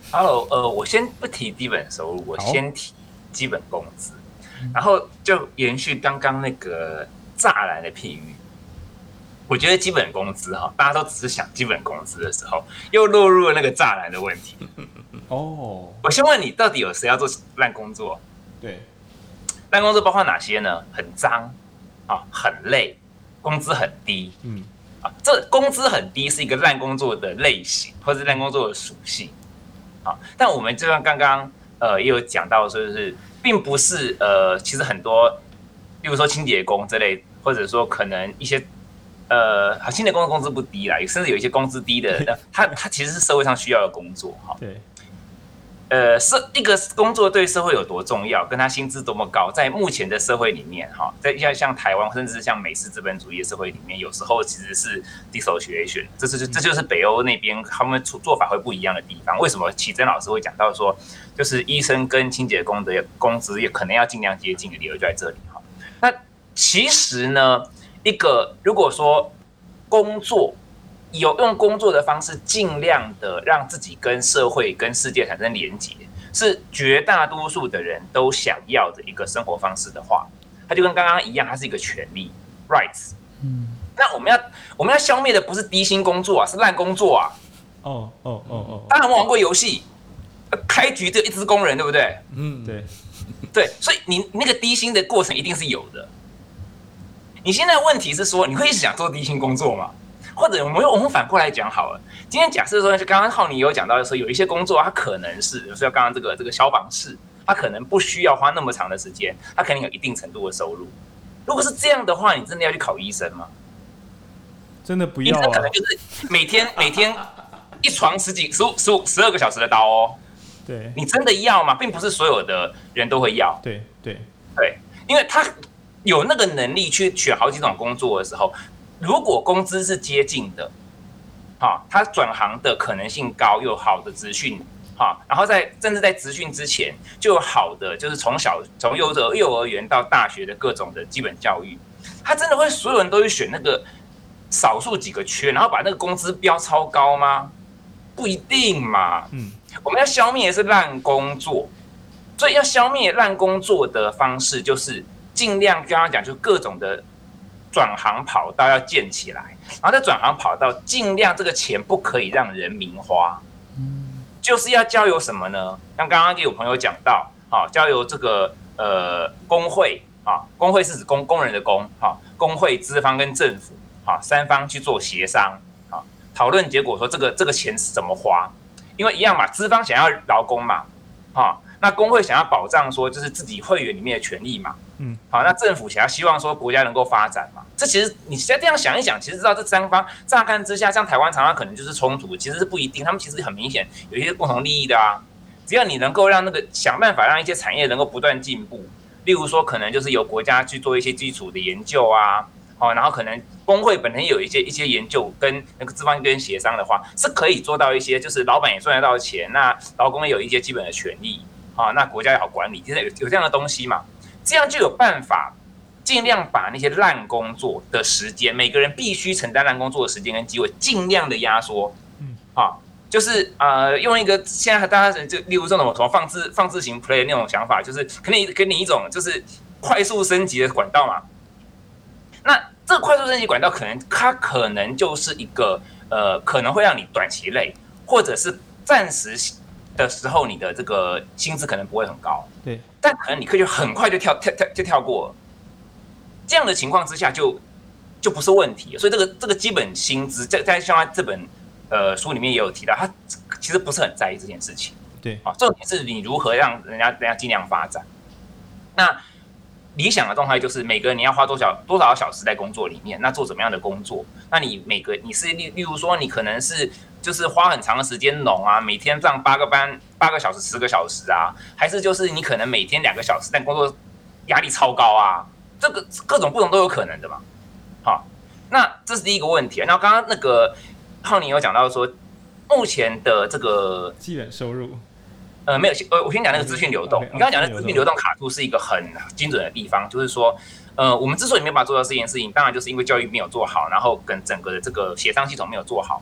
Hello，我先不提基本收入，我好， 先提基本工资，然后就延续刚刚那个栅栏的譬喻。我觉得基本工资哈，大家都只是想基本工资的时候，又落入了那个栅栏的问题。 哦， 我先问你，到底有谁要做烂工作？ 对， 烂工作包括哪些呢？很脏啊，很累，工资很低嗯， 啊。这工资很低是一个烂工作的类型，或是烂工作的属性啊。但我们就像刚刚也有讲到，说就是并不是其实很多，例如说清洁工这类，或者说可能一些清洁工的工资不低啦，甚至有一些工资低的，他其实是社会上需要的工作哈。 对， 是一个工作对社会有多重要，跟他薪资多么高，在目前的社会里面，哈，在像台湾，甚至是像美式资本主义的社会里面，有时候其实是 dissociation，这就是北欧那边他们做法会不一样的地方。为什么启真老师会讲到说，就是医生跟清洁工的工资也可能要尽量接近的理由就在这里哈。那其实呢，如果说工作用工作的方式，尽量的让自己跟社会、跟世界产生连结，是绝大多数的人都想要的一个生活方式的话，它就跟刚刚一样，它是一个权利 （rights）。那我们要消灭的不是低薪工作啊，是烂工作啊。 哦， 大家有没有玩过游戏？开局只有一只工人，对不对？ 对， 对，所以你那个低薪的过程一定是有的。你现在问题是说，你会一直想做低薪工作吗？或者我们反过来讲好了，今天假设说，就刚刚浩尼有讲到的时候，有一些工作它可能是，比如说刚刚这个消防士，他可能不需要花那么长的时间，他肯定有一定程度的收入。如果是这样的话，你真的要去考医生吗？ 真的不医要啊， 生可能就是每天一床12个小时的刀哦， 对， 你真的要吗？并不是所有的人都会要， 对，对， 对，因为他有那个能力去选好几种工作的时候，如果工资是接近的，他转行的可能性高，又有好的资讯，然后甚至在资讯之前就有好的，就是从幼儿园到大学的各种的基本教育，他真的会所有人都去选那个少数几个缺，然后把那个工资标超高吗？不一定嘛。我们要消灭的是烂工作，所以要消灭烂工作的方式就是尽量刚刚讲，就各种的转行跑道要建起来，然后在转行跑道尽量这个钱不可以让人民花，就是要交由什么呢？像刚刚有朋友讲到，交由这个工会工会是指工人的工会、资方跟政府三方去做协商讨论结果，说这个钱是怎么花，因为一样嘛，资方想要劳工嘛，那工会想要保障说就是自己会员里面的权益嘛，那政府希望说国家能够发展嘛，这其实你现在这样想一想，其实知道这三方乍看之下，像台湾常常可能就是冲突，其实是不一定，他们其实很明显有一些共同利益的啊。只要你能够让想办法让一些产业能够不断进步，例如说可能就是由国家去做一些基础的研究啊，然后可能工会本身有一些研究跟那个资方跟协商的话，是可以做到一些，就是老板也赚得到钱，那劳工也有一些基本的权利那国家也好管理，其实有这样的东西嘛，这样就有办法尽量把那些烂工作的时间，每个人必须承担烂工作的时间跟机会，尽量的压缩，就是用一个现在大家就例如这种什么放置型 play 那种想法，就是给你一种就是快速升级的管道嘛。那这个快速升级管道它可能就是一个可能会让你短期累，或者是暂时的时候，你的这个薪资可能不会很高， 对， 但可能你可以很快就跳过了。这样的情况之下就不是问题，所以这个基本薪资在像他这本书里面也有提到，他其实不是很在意这件事情。 对， 重点是你如何让人家尽量发展。那理想的状态就是每个人你要花多少小时在工作里面，那做怎么样的工作？那你你是例如说你可能是就是花很长的时间农啊，每天上8个班8个小时10个小时啊，还是就是你可能每天2个小时，但工作压力超高啊，这个各种不同都有可能的嘛。好，那这是第一个问题。然后刚刚那个浩宁有讲到说，目前的这个基本收入， 没有，我先讲那个资讯流动。你刚刚讲的资讯流动卡住是一个很精准的地方，就是说，我们之所以没有办法做到这件事情，当然就是因为教育没有做好，然后跟整个的这个协商系统没有做好。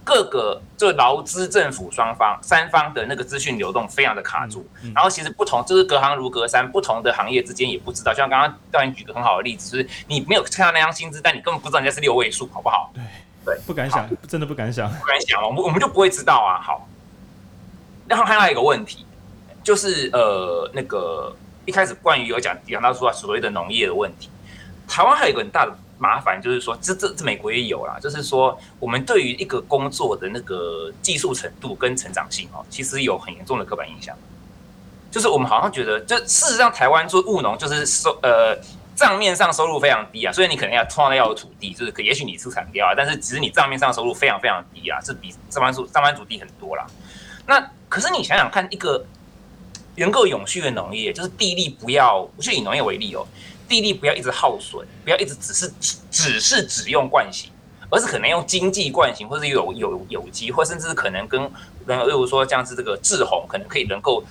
各个就劳资政府三方的那个资讯流动非常的卡住，然后其实不同就是隔行如隔山，不同的行业之间也不知道。像刚刚导演举个很好的例子，就是你没有看到那张薪资单，你根本不知道人家是6位数，好不好？对， 不敢想，真的不敢想， 我们就不会知道啊。好，然后还有一个问题，就是那个一开始冠宇有讲到说所谓的农业的问题，台湾还有一个很大的麻烦，就是说这美国也有啦，就是说我们对于一个工作的那个技术程度跟成长性其实有很严重的刻板印象，就是我们好像觉得，就事实上台湾做务农就是账面上收入非常低啊，所以你可能要创造要有土地，就是也许你出产掉啊，但是其实你账面上收入非常非常低啊，是比上班族低很多啦。那可是你想想看，一个能够永续的农业，就是地力不要，我就以农业为例地力不要一直耗损，不要一直只用惯性，而是可能用经济惯性，或是有机，或甚至可能跟例如说像是这个志宏，可能可以能够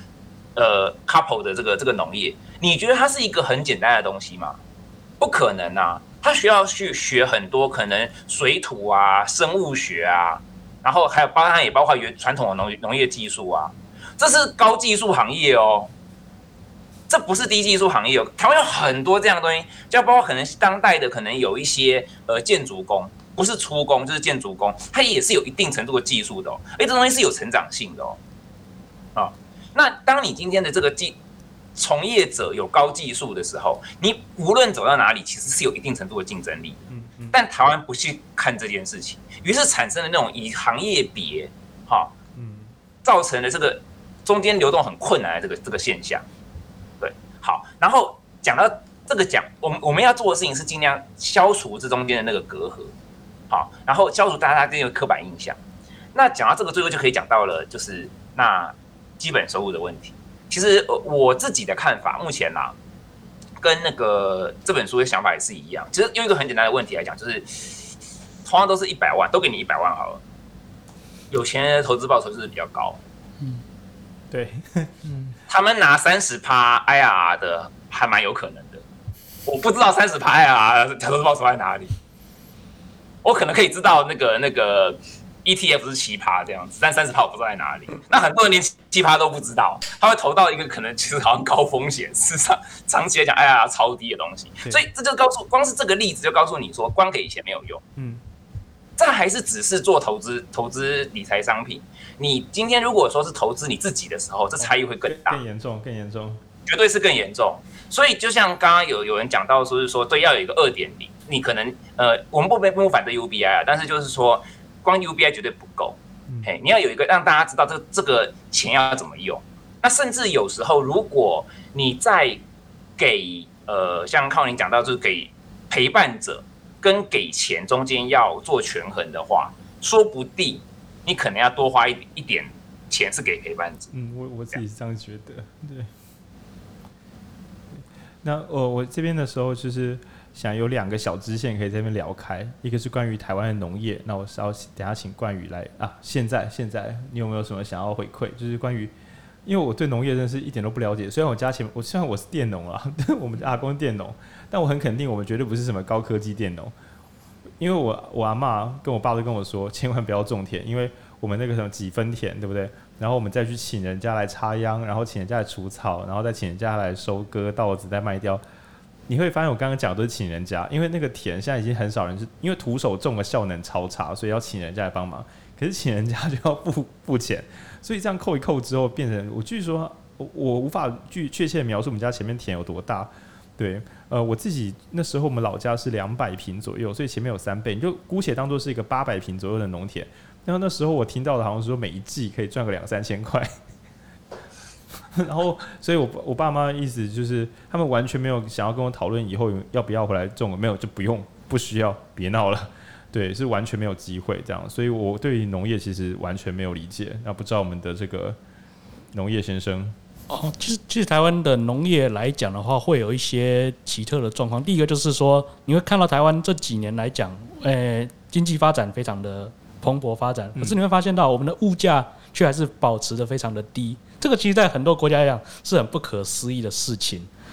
couple 的这个农业，你觉得它是一个很简单的东西吗？不可能啊，它需要去学很多可能水土啊、生物学啊，然后还有包括传统的农业技术啊，这是高技术行业哦。这不是低技术行业哦，台湾有很多这样的东西，就包括可能当代的可能有一些建筑工，不是粗工就是建筑工，它也是有一定程度的技术的哦，而这东西是有成长性的哦。那当你今天的这个从业者有高技术的时候，你无论走到哪里，其实是有一定程度的竞争力的。但台湾不去看这件事情，于是产生了那种以行业别造成了这个中间流动很困难的这个现象。对，好，然后讲到这个我们要做的事情是尽量消除这中间的那个隔阂，好，然后消除大家这个刻板印象。那讲到这个最后就可以讲到了，就是那基本收入的问题。其实我自己的看法，目前啦，跟那个这本书的想法也是一样。其实用一个很简单的问题来讲，就是同样都是100万，都给你100万好了，有钱人的投资报酬就是比较高。 对， 他们拿30% IRR 的还蛮有可能的。我不知道30% IRR 投资报酬在哪里，我可能可以知道那个 ETF 是7%这样子，但30%我不知道在哪里。那很多人连7%都不知道，他会投到一个可能其实好像高风险，事实上长期来讲 IRR 超低的东西。所以这就光是这个例子就告诉你说，光给钱没有用。这还是只是做投资理财商品。你今天如果说是投资你自己的时候，这差异会更大， 更严重， 绝对是更严重。所以就像刚刚有人讲到，说是说对，要有一个2.0，你可能我们不反对 UBI 啊，但是就是说光 UBI 绝对不够，你要有一个让大家知道这个钱要怎么用。那甚至有时候，如果你在给像靠你讲到，就是给陪伴者跟给钱中间要做权衡的话，说不定你可能要多花一点钱是给陪伴者。 我自己是这样觉得。对。那我这边的时候就是想有2个小支线可以在这边聊开，一个是关于台湾的农业，那我稍等一下请冠宇来啊。现在你有没有什么想要回馈？就是关于，因为我对农业真的是一点都不了解，虽然我是佃农啦，我们阿公佃农，但我很肯定我们绝对不是什么高科技佃农，因为我阿嬷跟我爸都跟我说，千万不要种田，因为我们那个什么几分田，对不对？然后我们再去请人家来插秧，然后请人家来除草，然后再请人家来收割稻子，再卖掉。你会发现我刚刚讲的都是请人家，因为那个田现在已经很少人，因为徒手种的效能超差，所以要请人家来帮忙。可是请人家就要付钱，所以这样扣一扣之后，变成我据说我无法确切描述我们家前面田有多大。对，我自己那时候我们老家是200坪左右，所以前面有3倍，你就姑且当作是一个800坪左右的农田。然后那时候我听到的好像是说每一季可以赚个2-3千块，然后所以我爸妈的意思就是他们完全没有想要跟我讨论以后要不要回来种，没有就不需要，别闹了。对，是完全没有机会这样，所以我对于农业其实完全没有理解。那不知道我们的这个农业先生。 其实台湾的农业来讲的话，会有一些奇特的状况。第一个就是说，你会看到台湾这几年来讲，经济发展非常的蓬勃发展，可是你会发现到我们的物价却还是保持得非常的低。这个其实在很多国家来讲是很不可思议的事情。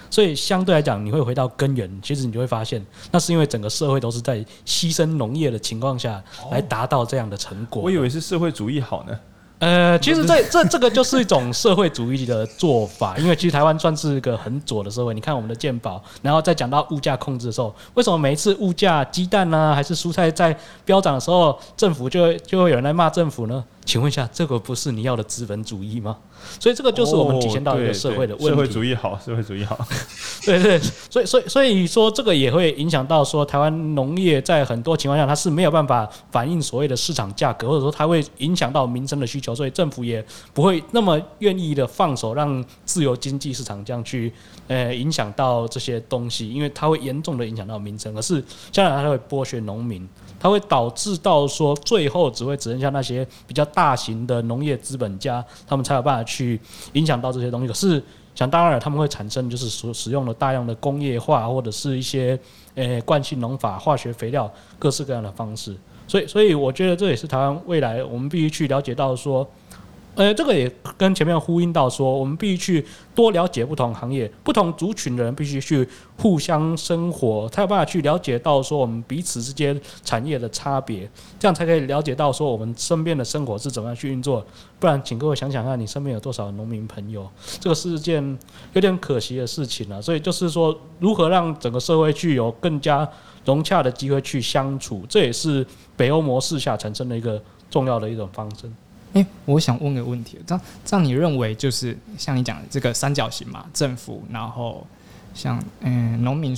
所以相对来讲，你会回到根源，其实你就会发现，那是因为整个社会都是在牺牲农业的情况下来达到这样的成果。 我以为是社会主义好呢。 其实这个就是一种社会主义的做法，因为其实台湾算是一个很左的社会。你看我们的健保，然后再讲到物价控制的时候，为什么每一次物价鸡蛋啊还是蔬菜在飙涨的时候，政府就会有人来骂政府呢？请问一下，这个不是你要的资本主义吗？所以这个就是我们体现到一个社会的问题。 社会主义好，社会主义好。 对，所以说这个也会影响到说台湾农业在很多情况下它是没有办法反映所谓的市场价格，或者说它会影响到民生的需求，所以政府也不会那么愿意的放手让自由经济市场这样去影响到这些东西，因为它会严重的影响到民生，可是将来它会剥削农民。它会导致到说，最后只剩下那些比较大型的农业资本家，他们才有办法去影响到这些东西。可是想当然，他们会产生就是使用了大量的工业化，或者是一些惯性农法、化学肥料，各式各样的方式。所以我觉得这也是台湾未来我们必须去了解到说。这个也跟前面呼应到说，我们必须去多了解不同行业、不同族群的人，必须去互相生活，才有办法去了解到说我们彼此之间产业的差别，这样才可以了解到说我们身边的生活是怎么样去运作。不然，请各位想想看，你身边有多少农民朋友？这个是件有点可惜的事情啊。所以就是说，如何让整个社会具有更加融洽的机会去相处，这也是北欧模式下产生的一个重要的一种方针。 我想问个问题，这样你认为就是像你讲的这个三角形嘛，政府，然后像农民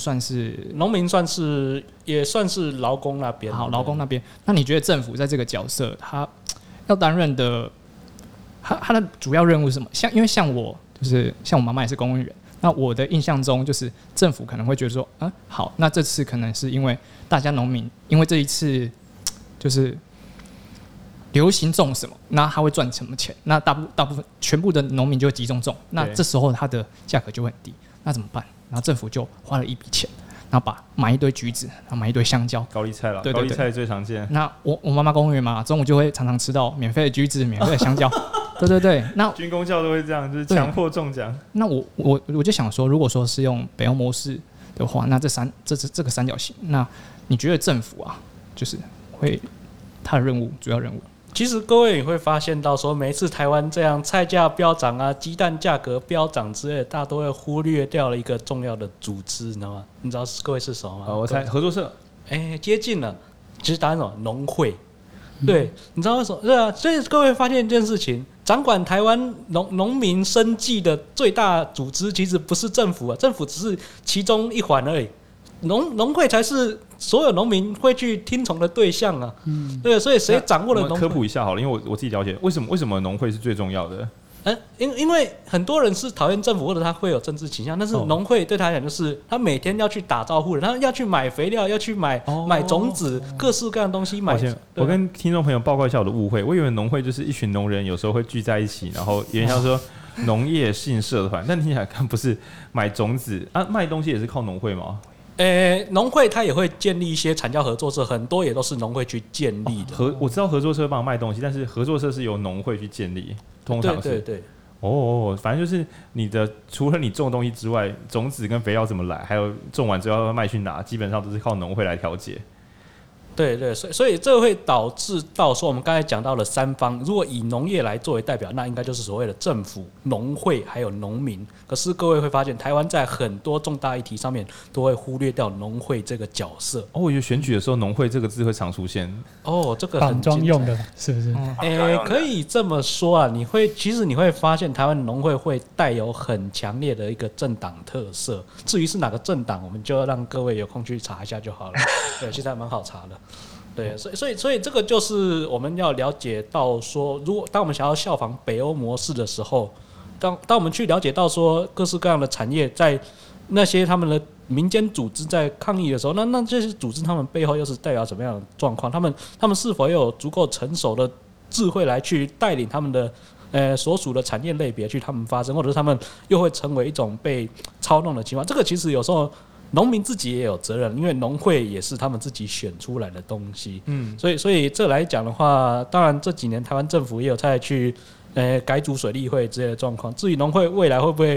也算是劳工那边， 好，劳工那边，那你觉得政府在这个角色，他要担任的，他的主要任务是什么？因为像我就是像我妈妈也是公务员，那我的印象中就是政府可能会觉得说，好，那这次可能是因为大家农民，因为这一次就是流行种什么，那他会赚什么钱？那大部分全部的农民就会集中种，那这时候它的价格就会很低，那怎么办？然后政府就花了一笔钱，然后买一堆橘子，然后买一堆香蕉， 高丽菜了， 对， 高丽菜最常见。 那我妈妈公务员嘛，中午就会常常吃到免费的橘子、免费的香蕉，对。那军公教都会这样，就是强迫中奖。 那我就想说，如果说是用北欧模式的话，那这个三角形，那你觉得政府啊，就是会它的主要任务？ 其实各位也会发现到说，每一次台湾这样菜价飙涨啊、鸡蛋价格飙涨之类的，大家都会忽略掉了一个重要的组织，你知道吗？你知道各位是什么吗？ 我猜合作社。 接近了。其实答案是什么？农会。对，你知道为什么？对啊，所以各位发现一件事情，掌管台湾农民生计的最大组织，其实不是政府啊，政府只是其中一环而已。农会才是所有农民会去听从的对象啊。对，所以谁掌握了农会？ 科普一下好了，因为我自己了解，为什么农会是最重要的？ 因为很多人是讨厌政府，或者他会有政治倾向，但是农会对他来讲就是他每天要去打招呼的，他要去买肥料，要去买种子，各式各样的东西买。 我跟听众朋友报告一下我的误会，我以为农会就是一群农人有时候会聚在一起，然后有点像说农业性社团，但听起来看不是买种子啊，卖东西也是靠农会吗？ 农会它也会建立一些产教合作社，很多也都是农会去建立的。 我知道合作社帮我卖东西，但是合作社是由农会去建立，通常是。 对。 反正就是除了你种东西之外，种子跟肥料怎么来，还有种完之后要卖去哪，基本上都是靠农会来调节。 对，所以这会导致到说，我们刚才讲到了三方，如果以农业来作为代表，那应该就是所谓的政府、农会还有农民。可是各位会发现，台湾在很多重大议题上面都会忽略掉农会这个角色。 我觉得选举的时候，农会这个字会常出现。 这个很绑桩用的，是不是？ 可以这么说啊。其实你会发现，台湾农会会带有很强烈的一个政党特色。至于是哪个政党，我们就让各位有空去查一下就好了。对，其实还蛮好查的。对，所以这个就是我们要了解到说，当我们想要效仿北欧模式的时候，当我们去了解到说各式各样的产业在那些他们的民间组织在抗议的时候，那这些组织他们背后又是代表什么样的状况？他们是否有足够成熟的智慧来去带领他们的所属的产业类别去他们发生，或者是他们又会成为一种被操弄的情况？这个其实有时候农民自己也有责任，因为农会也是他们自己选出来的东西。所以这来讲的话，当然这几年台湾政府也有在去改组水利会之类的状况。至于农会未来会不会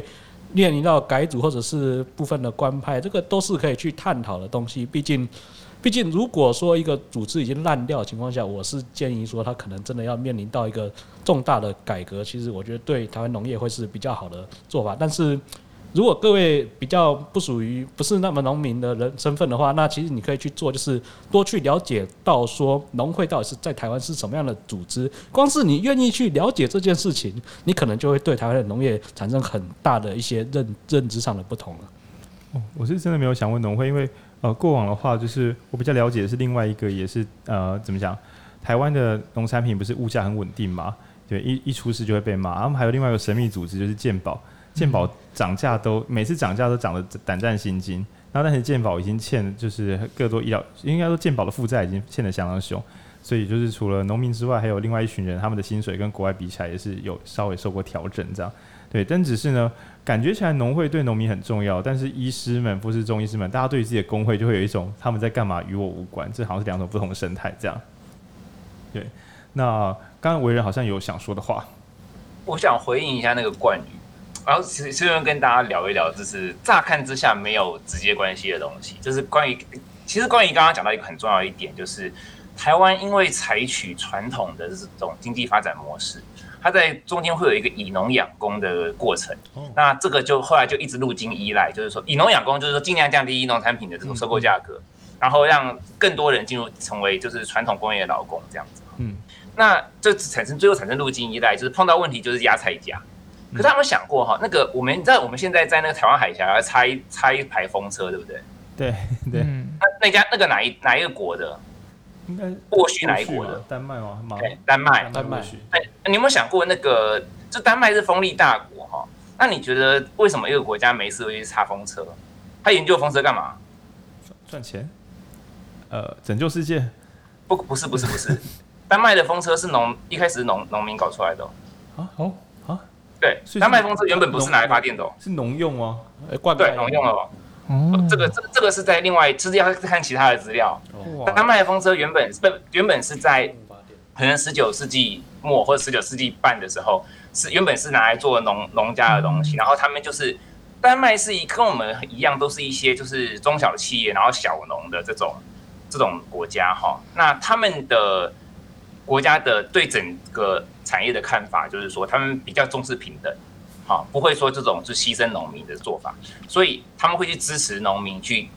面临到改组或者是部分的官派，这个都是可以去探讨的东西。毕竟，如果说一个组织已经烂掉的情况下，我是建议说，它可能真的要面临到一个重大的改革。其实我觉得对台湾农业会是比较好的做法。但是如果各位比较不是那么农民的人身份的话，那其实你可以去做，就是多去了解到说农会到底是在台湾是什么样的组织。光是你愿意去了解这件事情，你可能就会对台湾的农业产生很大的一些认知上的不同了。 我是真的没有想问农会，因为过往的话，就是我比较了解的是另外一个，也是怎么讲，台湾的农产品不是物价很稳定嘛？对，一出事就会被骂。他们还有另外一个神秘组织，就是健保。健保涨价每次涨价都涨得胆战心惊，然后但是健保已经欠，就是各多医疗，应该说健保的负债已经欠得相当凶，所以就是除了农民之外，还有另外一群人，他们的薪水跟国外比起来也是有稍微受过调整这样。对，但只是呢，感觉起来农会对农民很重要，但是医师们或是中医师们，大家对于自己的工会就会有一种他们在干嘛与我无关，这好像是两种不同的生态这样。对，那刚刚维仁好像有想说的话， 我想回应一下那个冠宇。然后其实跟大家聊一聊，就是乍看之下没有直接关系的东西，就是关于刚刚讲到一个很重要的一点，就是台湾因为采取传统的这种经济发展模式，它在中间会有一个以农养工的过程。那这个就后来就一直路径依赖，就是说以农养工，就是说尽量降低农产品的这种收购价格，然后让更多人进入成为就是传统工业的劳工这样子。那这最后产生路径依赖，就是碰到问题就是压菜价。可是他们想过哈，那个我们现在在那个台湾海峡要拆一排风车，对不对？ 对。 那个哪一个国的？ 应该过去哪一国的？ 丹麦吗？ 对，丹麦。你有没有想过那个？就丹麦是风力大国哈，那你觉得为什么一个国家没事会去插风车？他研究风车干嘛？ 赚钱？拯救世界？ 不是。丹麦的风车是一开始是农民搞出来的。对，丹麦风车原本不是拿来发电的， 是农用吗？ 对，农用的。这个是在另外，就是要看其他的资料。丹麦的风车原本是在可能19世纪末或者19世纪半的时候，原本是拿来做农家的东西。然后他们就是丹麦是跟我们一样，都是一些就是中小企业，然后小农的这种国家哈。那他们的国家的对整个产业的看法就是说，他们比较重视平等，不会说这种就牺牲农民的做法，所以他们会去支持农民去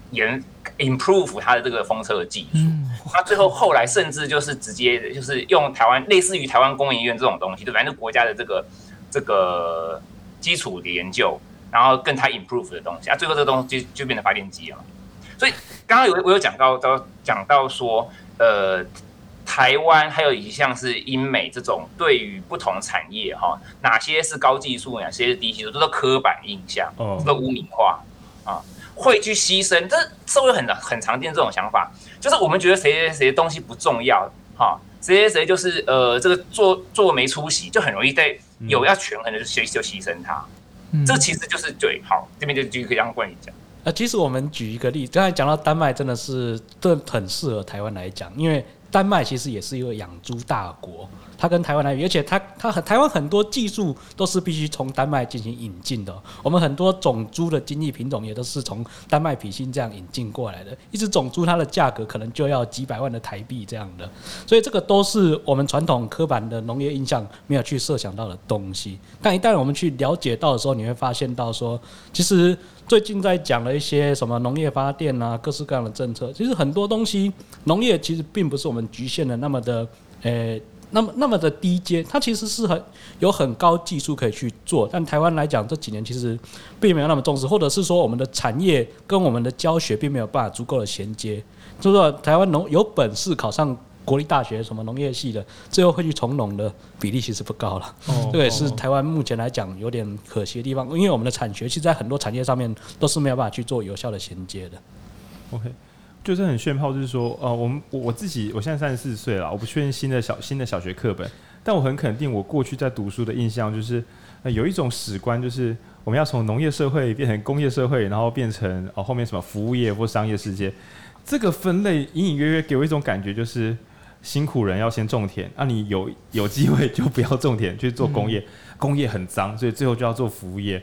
improve 他的这个风车的技术。那后来甚至就是直接就是用类似于台湾工研院这种东西，就反正国家的这个基础的研究，然后跟他 improve 的东西，最后这个东西就变成发电机了嘛。所以刚刚我有讲到说，台湾还有一项是英美这种对于不同产业哪些是高技术，哪些是低技术，这都刻板印象，这都污名化会去牺牲。这社会很常见这种想法，就是我们觉得谁的东西不重要谁就是这个做没出息，就很容易在有要权衡的就牺牲他。这其实就是对。好，这边就可以让冠宇讲。 其实我们举一个例子，刚才讲到丹麦真的很适合台湾来讲，因为丹麦其实也是一个养猪大国，它跟台湾来比，而且它台湾很多技术都是必须从丹麦进行引进的。我们很多种猪的经济品种也都是从丹麦匹新这样引进过来的，一只种猪它的价格可能就要几百万的台币这样的，所以这个都是我们传统刻板的农业印象没有去设想到的东西。但一旦我们去了解到的时候，你会发现到说，其实最近在讲了一些什么农业发电啊，各式各样的政策，其实很多东西农业其实并不是我们局限的那么的那么的低阶，它其实是有很高技术可以去做，但台湾来讲这几年其实并没有那么重视，或者是说我们的产业跟我们的教学并没有办法足够的衔接，就是说台湾有本事考上国立大学什么农业系的，最后会去从农的比例其实不高了。这个也是台湾目前来讲有点可惜的地方，因为我们的产学其实在很多产业上面都是没有办法去做有效的衔接的。 OK， 就是很炫炮，就是说，我自己我现在34岁了，我不确定新的小学课本，但我很肯定我过去在读书的印象就是，有一种史观，就是我们要从农业社会变成工业社会，然后变成后面什么服务业或商业世界，这个分类隐隐约约给我一种感觉，就是辛苦人要先种田，你有机会就不要种田去做工业，工业很脏，所以最后就要做服务业。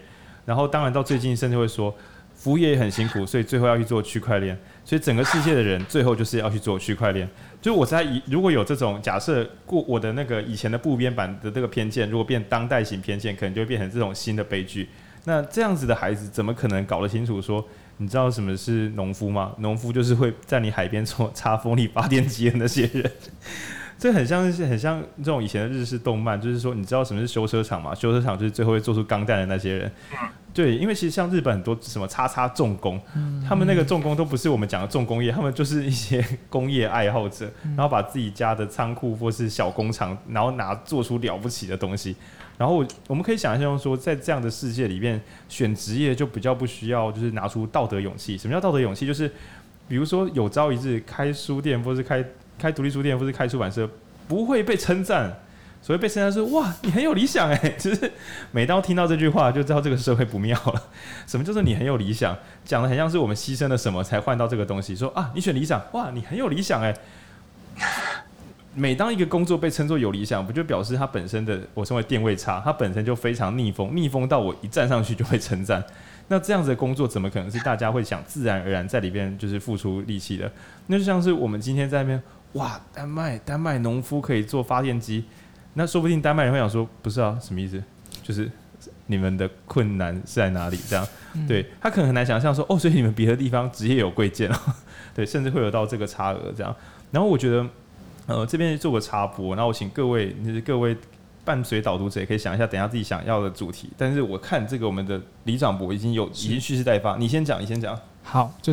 然后当然到最近甚至会说，服务业也很辛苦，所以最后要去做区块链，所以整个世界的人最后就是要去做区块链。就我在如果有这种假设，我的那个以前的部编版的这个偏见，如果变当代型偏见，可能就会变成这种新的悲剧。那这样子的孩子怎么可能搞得清楚说？你知道什么是农夫吗？农夫就是会在你海边插风力发电机的那些人。这很像这种以前的日式动漫，就是说你知道什么是修车厂吗？修车厂就是最后会做出钢弹的那些人。对，因为其实像日本很多什么叉叉重工，他们那个重工都不是我们讲的重工业，他们就是一些工业爱好者，然后把自己家的仓库或是小工厂，然后做出了不起的东西。然后我们可以想象说，在这样的世界里面，选职业就比较不需要就是拿出道德勇气。什么叫道德勇气？就是比如说有朝一日开书店，或是开独立书店，或是开出版社，不会被称赞。所谓被称赞是哇，你很有理想哎，就是每当听到这句话，就知道这个社会不妙了。什么叫做你很有理想？讲的很像是我们牺牲了什么才换到这个东西。说啊，你选理想，哇，你很有理想哎。每当一个工作被称作有理想，不就表示它本身的我称为定位差，它本身就非常逆风到我一站上去就会称赞。那这样子的工作怎么可能是大家会想自然而然在里边就是付出力气的？那就像是我们今天在那边，哇，丹麦农夫可以做发电机，那说不定丹麦人会想说，不是啊，什么意思？就是你们的困难是在哪里？这样，对他可能很难想象说，哦，所以你们别的地方职业有贵贱哦，对，甚至会有到这个差额这样。然后我觉得。这边做个插播，然后我请各位伴随导读者也可以想一下，等一下自己想要的主题。但是我看这个我们的李长博已经蓄势待发，你先讲。 好，就是，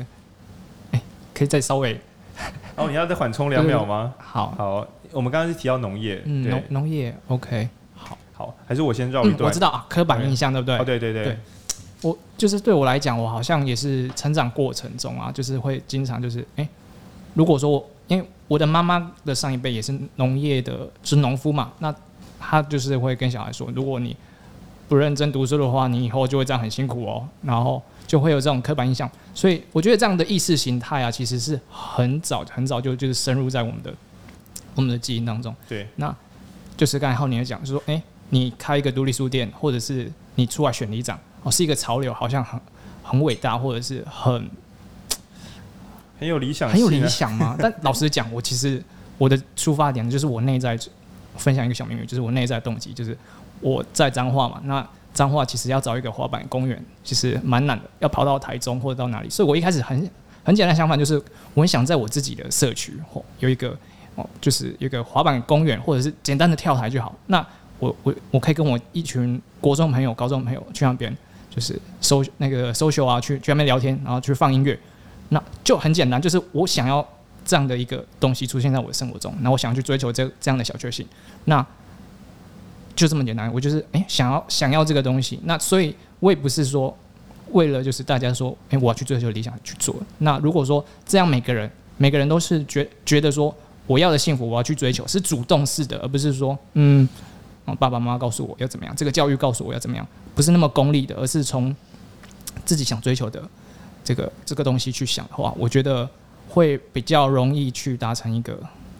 可以再稍微， 你要再缓冲2秒吗？ 好， 我们刚刚是提到农业， 农业 OK， 好，还是我先绕一段。 我知道啊，刻板印象对不对？ 对。 我就是对我来讲，我好像也是成长过程中啊，就是会经常就是，如果说因为我的妈妈的上一辈也是农业的，是农夫嘛，那他就是会跟小孩说，如果你不认真读书的话，你以后就会这样很辛苦哦，然后就会有这种刻板印象。所以我觉得这样的意识形态啊，其实是很早就是深入在我们的基因当中。 对， 那就是刚才浩年讲，就说你开一个独立书店，或者是你出来选里长，是一个潮流，好像很伟大，或者是很有理想， 很有理想吗？但老实讲，其实我的出发点就是我内在分享一个小秘密，就是我内在动机，就是我在彰化嘛。那彰化其实要找一个滑板公园，其实蛮难的，要跑到台中或者到哪里。所以我一开始很简单的想法就是，我很想在我自己的社区有一个就是有一个滑板公园，或者是简单的跳台就好。那我可以跟我一群国中朋友、高中朋友去那边，就是social 啊，去那边聊天，然后去放音乐。那就很简单，就是我想要这样的一个东西出现在我的生活中，那我想要去追求这样的小确幸，那就这么简单。我就是想要这个东西，那所以我也不是说为了就是大家说我要去追求理想去做。那如果说这样每个人都是觉得说我要的幸福我要去追求，是主动式的，而不是说爸爸妈妈告诉我要怎么样，这个教育告诉我要怎么样，不是那么功利的，而是从自己想追求的这个东西去想的话，我觉得会比较容易去达成一个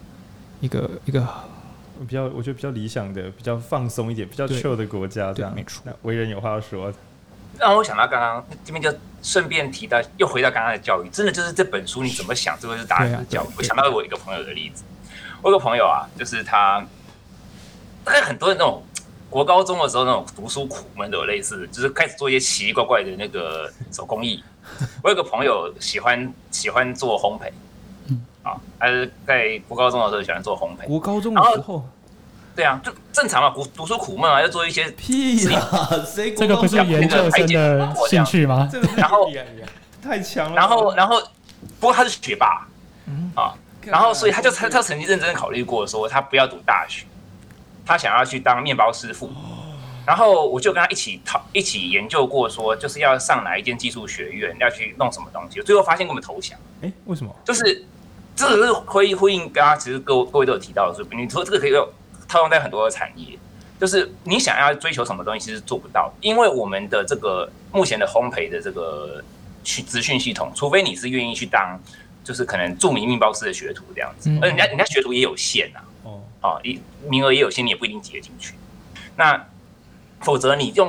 我觉得比较理想的、比较放松一点、比较 chill 的国家这样。 没错。 为人有话要说。 让我想到刚刚这边就顺便提到，又回到刚刚的教育，真的就是这本书你怎么想，这个是答案的教育。我想到我一个朋友的例子，我有个朋友啊，就是他大概很多人那种国高中的时候那种读书苦闷的有类似，就是开始做一些奇奇怪怪的那个手工艺。我有个朋友喜欢做烘焙，他是在国高中的时候喜欢做烘焙。 国高中的时候， 对啊，就正常嘛，读书苦闷啊，要做一些屁啦， 这个不是研究生的兴趣吗？ 然后太强了。 然后，不过他是学霸然后所以他曾经认真考虑过说，他不要读大学，他想要去当面包师傅。然后我就跟他一起研究过，说就是要上哪一间技术学院，要去弄什么东西。最后发现根本投降。 为什么？ 就是这个是呼应刚刚其实各位都有提到的，说你说这个可以套用在很多的产业，就是你想要追求什么东西，其实做不到，因为我们的这个目前的烘焙的这个资讯系统，除非你是愿意去当，就是可能著名面包师的学徒这样子，而人家学徒也有限名额也有限，你也不一定挤得进去。那否则你用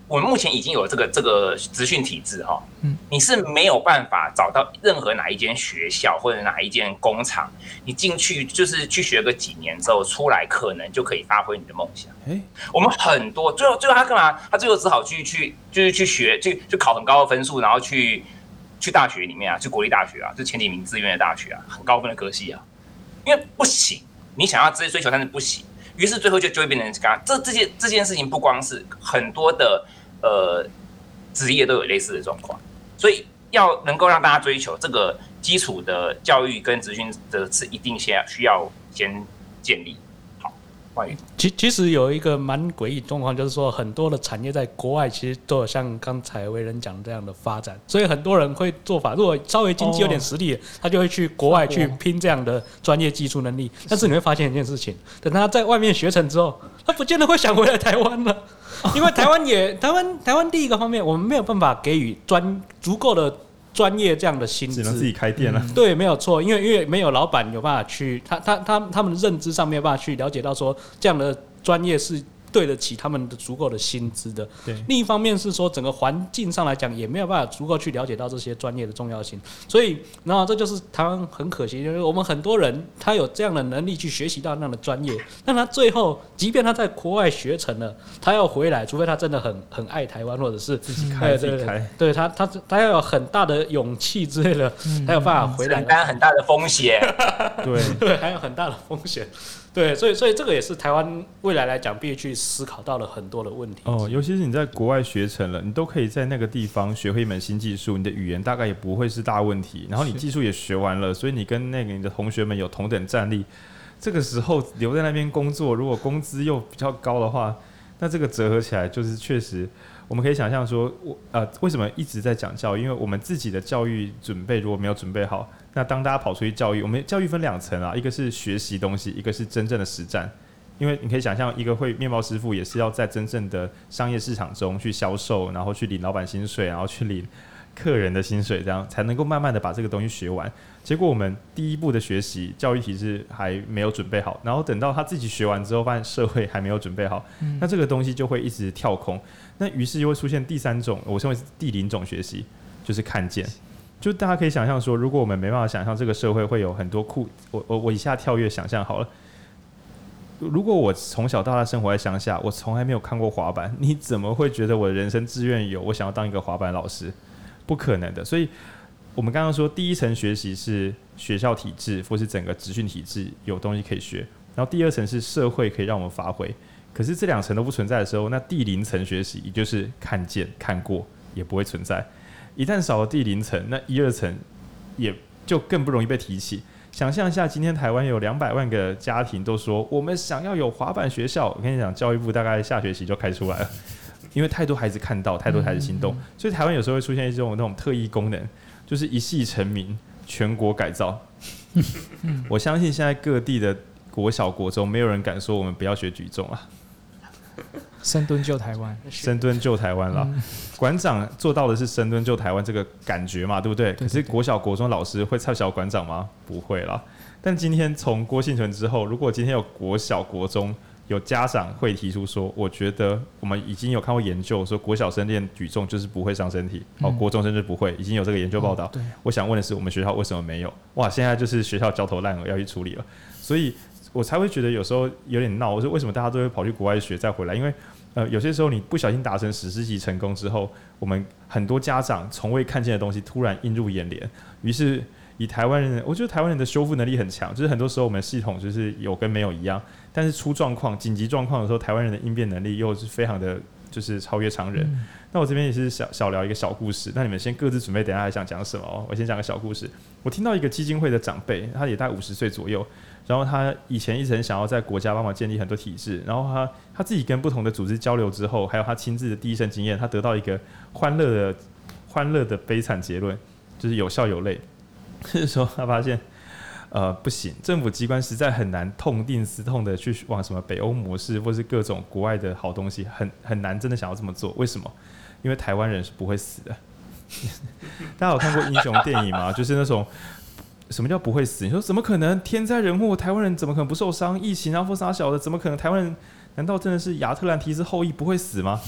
我们目前已经有这个资讯体制哈，你是没有办法找到任何哪一间学校或者哪一间工厂，你进去就是去学个几年之后出来，可能就可以发挥你的梦想。我们很多最后他干嘛？他最后只好去学，去考很高的分数，然后去大学里面啊，去国立大学啊，就前几名志愿的大学啊，很高分的科系啊，因为不行，你想要追求，但是不行。于是最后就会变成这件事情，不光是很多的职业都有类似的状况，所以要能够让大家追求这个基础的教育跟职训的是一定需要先建立好。 其实有一个蛮诡异的状况，就是说很多的产业在国外其实都有像刚才维仁讲这样的发展，所以很多人会做法，如果稍微经济有点实力，他就会去国外去拼这样的专业技术能力。但是你会发现一件事情，等他在外面学成之后，他不见得会想回来台湾了，因为台湾第一个方面，我们没有办法给予足够的专业这样的薪资， 只能自己开店了。 对，没有错，因为没有老板有办法去，他们的认知上没有办法去了解到说这样的专业是对得起他们的足够的薪资的。 对， 另一方面是说整个环境上来讲也没有办法足够去了解到这些专业的重要性，所以然后这就是台湾很可惜，就是我们很多人他有这样的能力去学习到那样的专业，但他最后即便他在国外学成了，他要回来，除非他真的很爱台湾，或者是自己开， 对他要有很大的勇气之类的，才有办法回来， 承担很大的风险。 对，还有很大的风险。对，所以这个也是台湾未来来讲必须去思考到了很多的问题。 尤其是你在国外学成了，你都可以在那个地方学会一门新技术，你的语言大概也不会是大问题，然后你技术也学完了，所以你跟你的同学们有同等战力。这个时候留在那边工作，如果工资又比较高的话，那这个折合起来就是确实，我们可以想象说，为什么一直在讲教育？因为我们自己的教育准备如果没有准备好，那当大家跑出去教育，我们教育分2层啊，一个是学习东西，一个是真正的实战。因为你可以想象，一个会面包师傅也是要在真正的商业市场中去销售，然后去领老板薪水，然后去领客人的薪水，这样才能够慢慢的把这个东西学完。结果我们第一步的学习教育体制还没有准备好，然后等到他自己学完之后，发现社会还没有准备好，那这个东西就会一直跳空。那于是就会出现第3种，我称为第0种学习，就是看见。就大家可以想象说，如果我们没办法想象这个社会会有很多我以下跳跃想象好了。如果我从小到大生活在乡下，我从来没有看过滑板，你怎么会觉得我的人生志愿有我想要当一个滑板老师？不可能的。所以我们刚刚说第1层学习是学校体制或是整个职训体制有东西可以学，然后第2层是社会可以让我们发挥。可是这2层都不存在的时候，那第0层学习也就是看见看过也不会存在。一旦少了第0层，那1、2层也就更不容易被提起。想象一下，今天台湾有200万个家庭都说我们想要有滑板学校，我跟你讲，教育部大概下学期就开出来了，因为太多孩子看到，太多孩子心动，所以台湾有时候会出现一种那种特异功能，就是一系成名，全国改造。我相信现在各地的国小国中，没有人敢说我们不要学举重啊。 深蹲救台湾， 深蹲救台湾啦！馆长做到的是深蹲救台湾这个感觉嘛，对不对？可是国小国中老师会蔡小馆长吗？不会啦。但今天从郭幸存之后，如果今天有国小国中有家长会提出说，我觉得我们已经有看过研究说国小生练举重就是不会伤身体，国中生就不会，已经有这个研究报道。我想问的是，我们学校为什么没有？哇，现在就是学校焦头烂额要去处理了，所以我才会觉得有时候有点闹。我说为什么大家都会跑去国外学再回来？因为有些时候你不小心达成史诗级成功之后，我们很多家长从未看见的东西突然映入眼帘，于是以台湾人，我觉得台湾人的修复能力很强，就是很多时候我们的系统就是有跟没有一样，但是出状况、紧急状况的时候，台湾人的应变能力又是非常的，就是超越常人。那我这边也是小聊一个小故事，那你们先各自准备，等一下还想讲什么哦？我先讲个小故事。我听到一个基金会的长辈，他也大概50岁左右。然后他以前一直很想要在国家帮忙建立很多体制，然后他自己跟不同的组织交流之后，还有他亲自的第一身经验，他得到一个欢乐的悲惨结论，就是有笑有泪。就是说他发现，不行，政府机关实在很难痛定思痛的去往什么北欧模式，或是各种国外的好东西，很难真的想要这么做。为什么？因为台湾人是不会死的。大家有看过英雄电影吗？就是那种。什么叫不会死？你说怎么可能？天灾人祸，台湾人怎么可能不受伤？疫情啊或啥小的，怎么可能？台湾人难道真的是亚特兰提斯后裔不会死吗？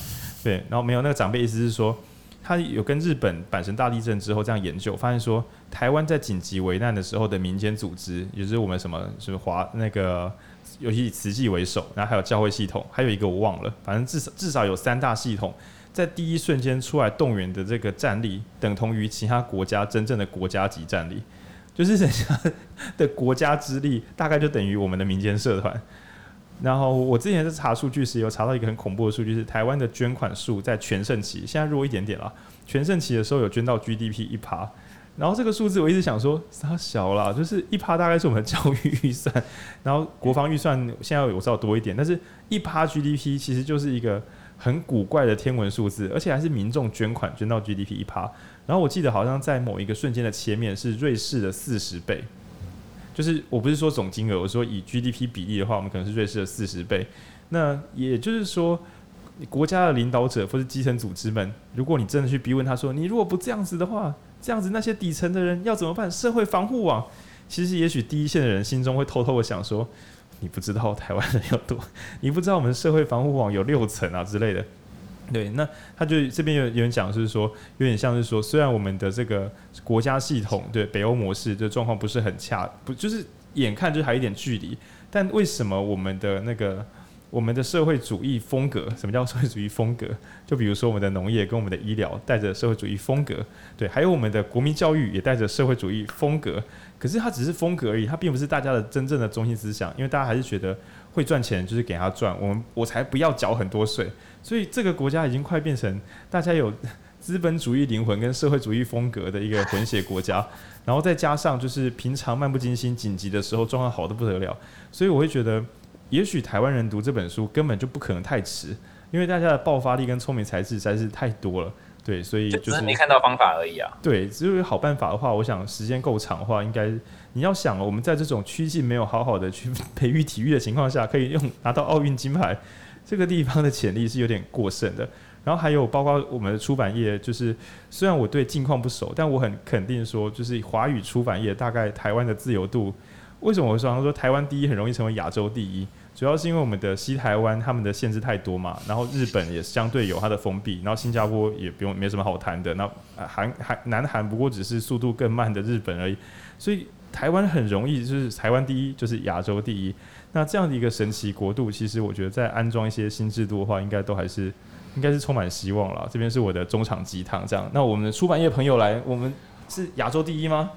对，然后没有那个长辈意思是说，他有跟日本阪神大地震之后这样研究，发现说台湾在紧急危难的时候的民间组织，也就是我们什么那个，尤其以慈济为首，然后还有教会系统，还有一个我忘了，反正至少有3大系统，在第一瞬间出来动员的这个战力，等同于其他国家真正的国家级战力，就是人家的国家之力大概就等于我们的民间社团。然后我之前在查数据时有查到一个很恐怖的数据，是台湾的捐款数在全盛期，现在弱一点点啦。全盛期的时候有捐到 GDP 1%，然后这个数字我一直想说它小啦，就是1%大概是我们的教育预算，然后国防预算现在有稍微多一点，但是1% GDP 其实就是一个很古怪的天文数字，而且还是民众捐款捐到 GDP 1%。然后我记得好像在某一个瞬间的切面是瑞士的40倍。就是我不是说总金额，我说以 GDP 比例的话，我们可能是瑞士的40倍。那也就是说，国家的领导者或是基层组织们，如果你真的去逼问他说，你如果不这样子的话，这样子那些底层的人要怎么办？社会防护网，其实也许第一线的人心中会偷偷的想说，你不知道台湾人有多，你不知道我们社会防护网有6层啊之类的。对，那他就这边有人讲，就是说，有点像是说，虽然我们的这个国家系统对北欧模式的状况不是很不就是眼看就还有一点距离，但为什么我们的社会主义风格，什么叫社会主义风格？就比如说我们的农业跟我们的医疗带着社会主义风格，对，还有我们的国民教育也带着社会主义风格。可是它只是风格而已，它并不是大家的真正的中心思想，因为大家还是觉得会赚钱就是给他赚，我才不要缴很多税。所以这个国家已经快变成大家有资本主义灵魂跟社会主义风格的一个混血国家，然后再加上就是平常漫不经心、紧急的时候状况好得不得了，所以我会觉得，也许台湾人读这本书根本就不可能太迟，因为大家的爆发力跟聪明才智实在是太多了。对，所以就是没看到方法而已啊。 对，只有好办法的话，我想时间够长的话，应该你要想我们在这种趋近没有好好的去培育体育的情况下，可以拿到奥运金牌，这个地方的潜力是有点过剩的。然后还有包括我们的出版业，就是虽然我对近况不熟，但我很肯定说，就是华语出版业大概台湾的自由度，为什么我说台湾第一很容易成为亚洲第一？主要是因为我们的西台湾他们的限制太多嘛，然后日本也相对有它的封闭，然后新加坡也没什么好谈的，那南韩不过只是速度更慢的日本而已，所以台湾很容易就是台湾第一就是亚洲第一。那这样的一个神奇国度，其实我觉得在安装一些新制度的话，应该是充满希望了。这边是我的中场鸡汤，这样。那我们的出版业朋友来，我们是亚洲第一吗？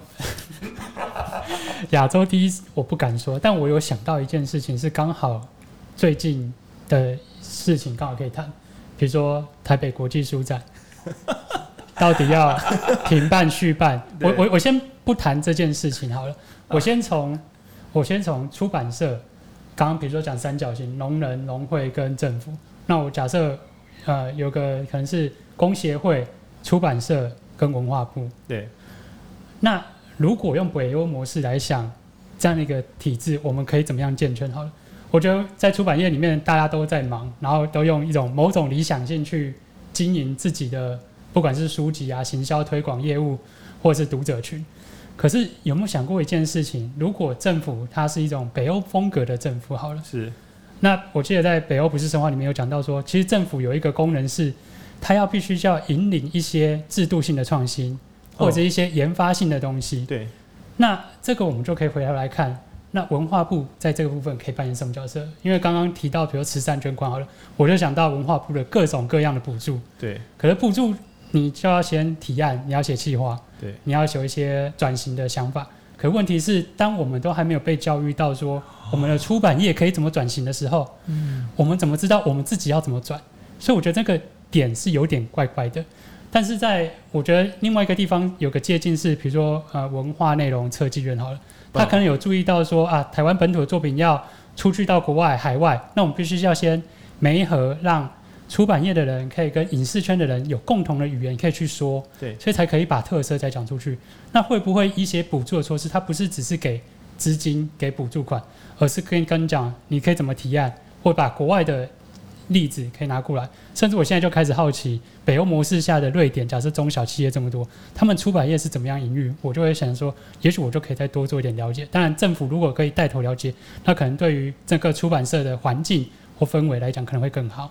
亚洲第一我不敢说，但我有想到一件事情，是刚好最近的事情刚好可以谈，比如说台北国际书展到底要停办续办，我先不谈这件事情好了，我先从出版社，刚刚比如说讲三角形，农人、农会跟政府，那我假设有个可能是工协会、出版社跟文化部， 对， 那如果用北欧模式来想，这样的一个体制，我们可以怎么样健全好了？我觉得在出版业里面，大家都在忙，然后都用一种某种理想性去经营自己的，不管是书籍啊、行销推广业务，或者是读者群。可是有没有想过一件事情？如果政府它是一种北欧风格的政府好了， 是。 那我记得在北欧不是神话里面有讲到说，其实政府有一个功能是，它必须要引领一些制度性的创新。或者一些研发性的东西， 对， 那这个我们就可以回头来看，那文化部在这个部分可以扮演什么角色？因为刚刚提到，比如慈善捐款好了，我就想到文化部的各种各样的补助， 对， 可是补助你就要先提案，你要写企划， 对， 你要有一些转型的想法。可问题是，当我们都还没有被教育到说我们的出版业可以怎么转型的时候，我们怎么知道我们自己要怎么转？所以我觉得这个点是有点怪怪的。但是我觉得另外一个地方有个借鉴是，比如说文化内容设计院好了，他可能有注意到说台湾本土的作品要出去到国外海外，那我们必须要先媒合，让出版业的人可以跟影视圈的人有共同的语言可以去说， 对， 所以才可以把特色再讲出去。那会不会一些补助的措施，它不是只是给资金给补助款，而是跟你讲你可以怎么提案，或把国外的例子可以拿过来，甚至我现在就开始好奇，北欧模式下的瑞典，假设中小企业这么多，他们出版业是怎么样营运，我就会想说，也许我就可以再多做一点了解。当然，政府如果可以带头了解，那可能对于这个出版社的环境或氛围来讲，可能会更好。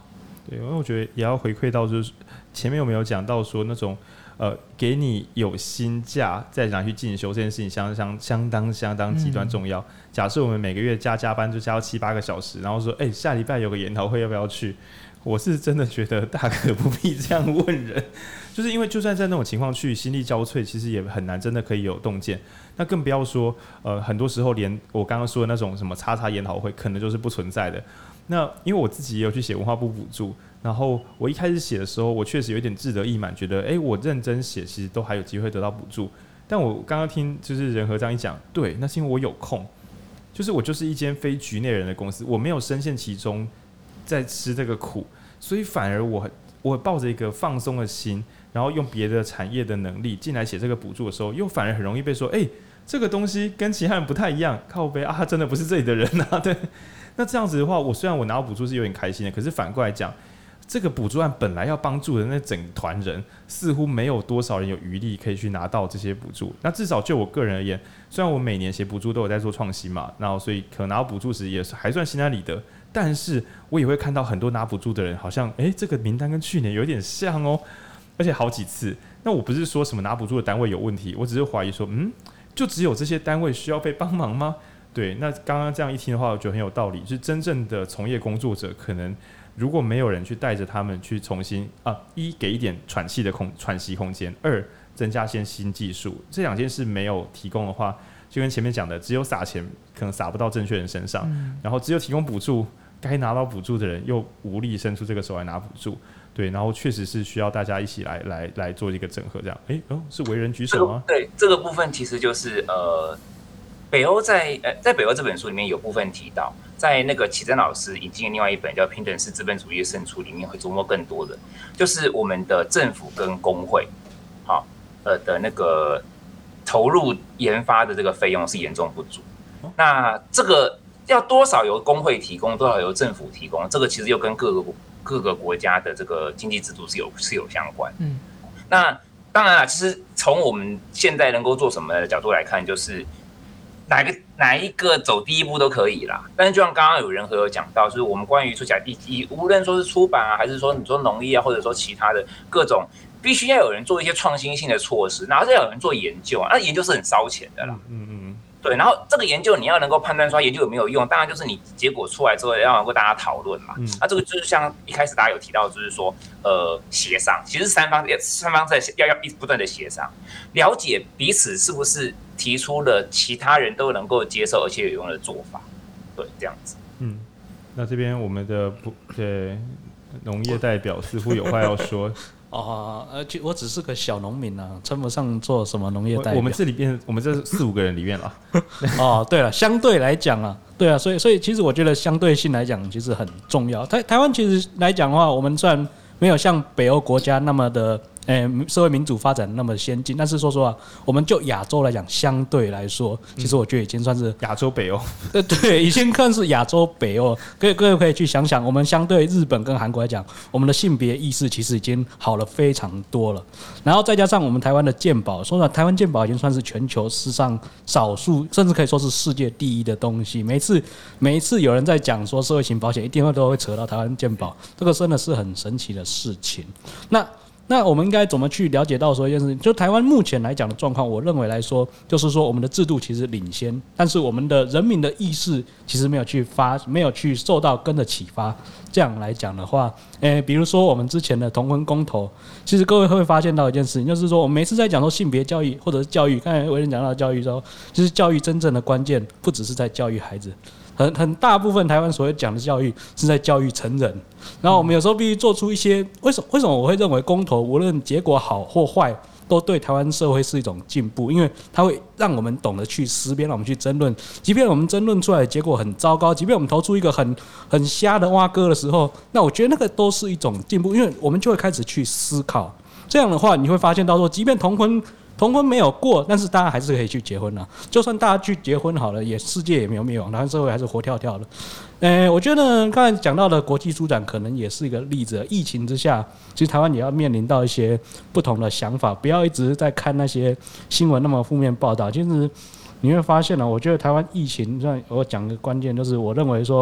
对，因为我觉得也要回馈到，就是前面有没有讲到说那种给你有薪假再拿去进修这件事情相当极端重要。假设我们每个月加班就加到7-8个小时，然后说下礼拜有个研讨会要不要去？我是真的觉得大可不必这样问人，就是因为就算在那种情况去心力交瘁，其实也很难真的可以有洞见。那更不要说很多时候连我刚刚说的那种什么叉研讨会可能就是不存在的。那因为我自己也有去写文化部补助，然后我一开始写的时候，我确实有点志得意满，觉得我认真写其实都还有机会得到补助。但我刚刚听就是仁和这样一讲，对，那是因为我有空，就是我就是一间非局内人的公司，我没有深陷其中在吃这个苦，所以反而我抱着一个放松的心，然后用别的产业的能力进来写这个补助的时候，又反而很容易被说这个东西跟其他人不太一样，靠北啊，真的不是这里的人啊，对。那这样子的话，我虽然我拿到补助是有点开心的，可是反过来讲，这个补助案本来要帮助的那整团人，似乎没有多少人有余力可以去拿到这些补助。那至少就我个人而言，虽然我每年写补助都有在做创新嘛，然后所以可能拿到补助时也还算心安理得，但是我也会看到很多拿补助的人，好像这个名单跟去年有点像哦，而且好几次。那我不是说什么拿补助的单位有问题，我只是怀疑说，就只有这些单位需要被帮忙吗？对，那刚刚这样一听的话，我觉得很有道理。就是真正的从业工作者，可能如果没有人去带着他们去重新一给一点喘息空间，二增加些新技术，这两件事没有提供的话，就跟前面讲的，只有撒钱可能撒不到正确人身上，然后只有提供补助，该拿到补助的人又无力伸出这个手来拿补助。对，然后确实是需要大家一起来做一个整合，这样。是为人举手吗？ 对，这个部分其实就是北欧在北欧这本书里面有部分提到，在那个启真老师引进的另外一本叫《平等式资本主义的胜出》里面会琢磨更多的，就是我们的政府跟工会，的那个投入研发的这个费用是严重不足。那这个要多少由工会提供，多少由政府提供，这个其实又跟各个国家的这个经济制度是有相关。那当然了，其实从我们现在能够做什么的角度来看，就是哪一个走第一步都可以啦。但是就像刚刚有人和有讲到，就是我们关于说起来，无论说是出版啊，还是说你说农业啊，或者说其他的各种，必须要有人做一些创新性的措施，然后再有人做研究啊。那研究是很烧钱的啦。对，然后这个研究你要能够判断说研究有没有用，当然就是你结果出来之后要能够大家讨论嘛。那这个就是像一开始大家有提到，就是说协商，其实三方在要不断的协商，了解彼此是不是提出了其他人都能够接受而且有用的做法。对，这样子。 那这边我们的农业代表似乎有话要说。 我只是个小农民啊，称不上做什么农业代表。 我们这4-5个人里面了。对了，相对来讲啊，对啊，所以其实我觉得相对性来讲其实很重要。台湾其实来讲的话，我们虽然没有像北欧国家那么的社会民主发展那么先进，但是说实话，我们就亚洲来讲，相对来说，其实我觉得已经算是亚洲北欧。 对，已经看是亚洲北欧。各位可以去想想，我们相对日本跟韩国来讲，我们的性别意识其实已经好了非常多了。然后再加上我们台湾的健保，说实话，台湾健保已经算是全球史上少数，甚至可以说是世界第一的东西。每一次有人在讲说社会型保险，一定都会扯到台湾健保，这个真的是很神奇的事情。那我们应该怎么去了解到说一件事情？就台湾目前来讲的状况，我认为来说，就是说我们的制度其实领先，但是我们的人民的意识其实没有去受到跟着启发。这样来讲的话，比如说我们之前的同婚公投，其实各位会发现到一件事情，就是说我们每次在讲说性别教育或者是教育，刚才伟人讲到教育之后，就是教育真正的关键不只是在教育孩子。很大部分台湾所谓讲的教育是在教育成人，然后我们有时候必须做出一些为什么我会认为公投无论结果好或坏都对台湾社会是一种进步，因为它会让我们懂得去思辨，让我们去争论，即便我们争论出来的结果很糟糕，即便我们投出一个很瞎的蛙哥的时候，那我觉得那个都是一种进步，因为我们就会开始去思考。这样的话你会发现到说，即便同婚没有过，但是大家还是可以去结婚了。就算大家去结婚好了，世界也没有灭亡，台湾社会还是活跳跳的。我觉得刚才讲到的国际书展可能也是一个例子。疫情之下，其实台湾也要面临到一些不同的想法，不要一直在看那些新闻那么负面报道。其实你会发现我觉得台湾疫情，我讲个关键就是，我认为说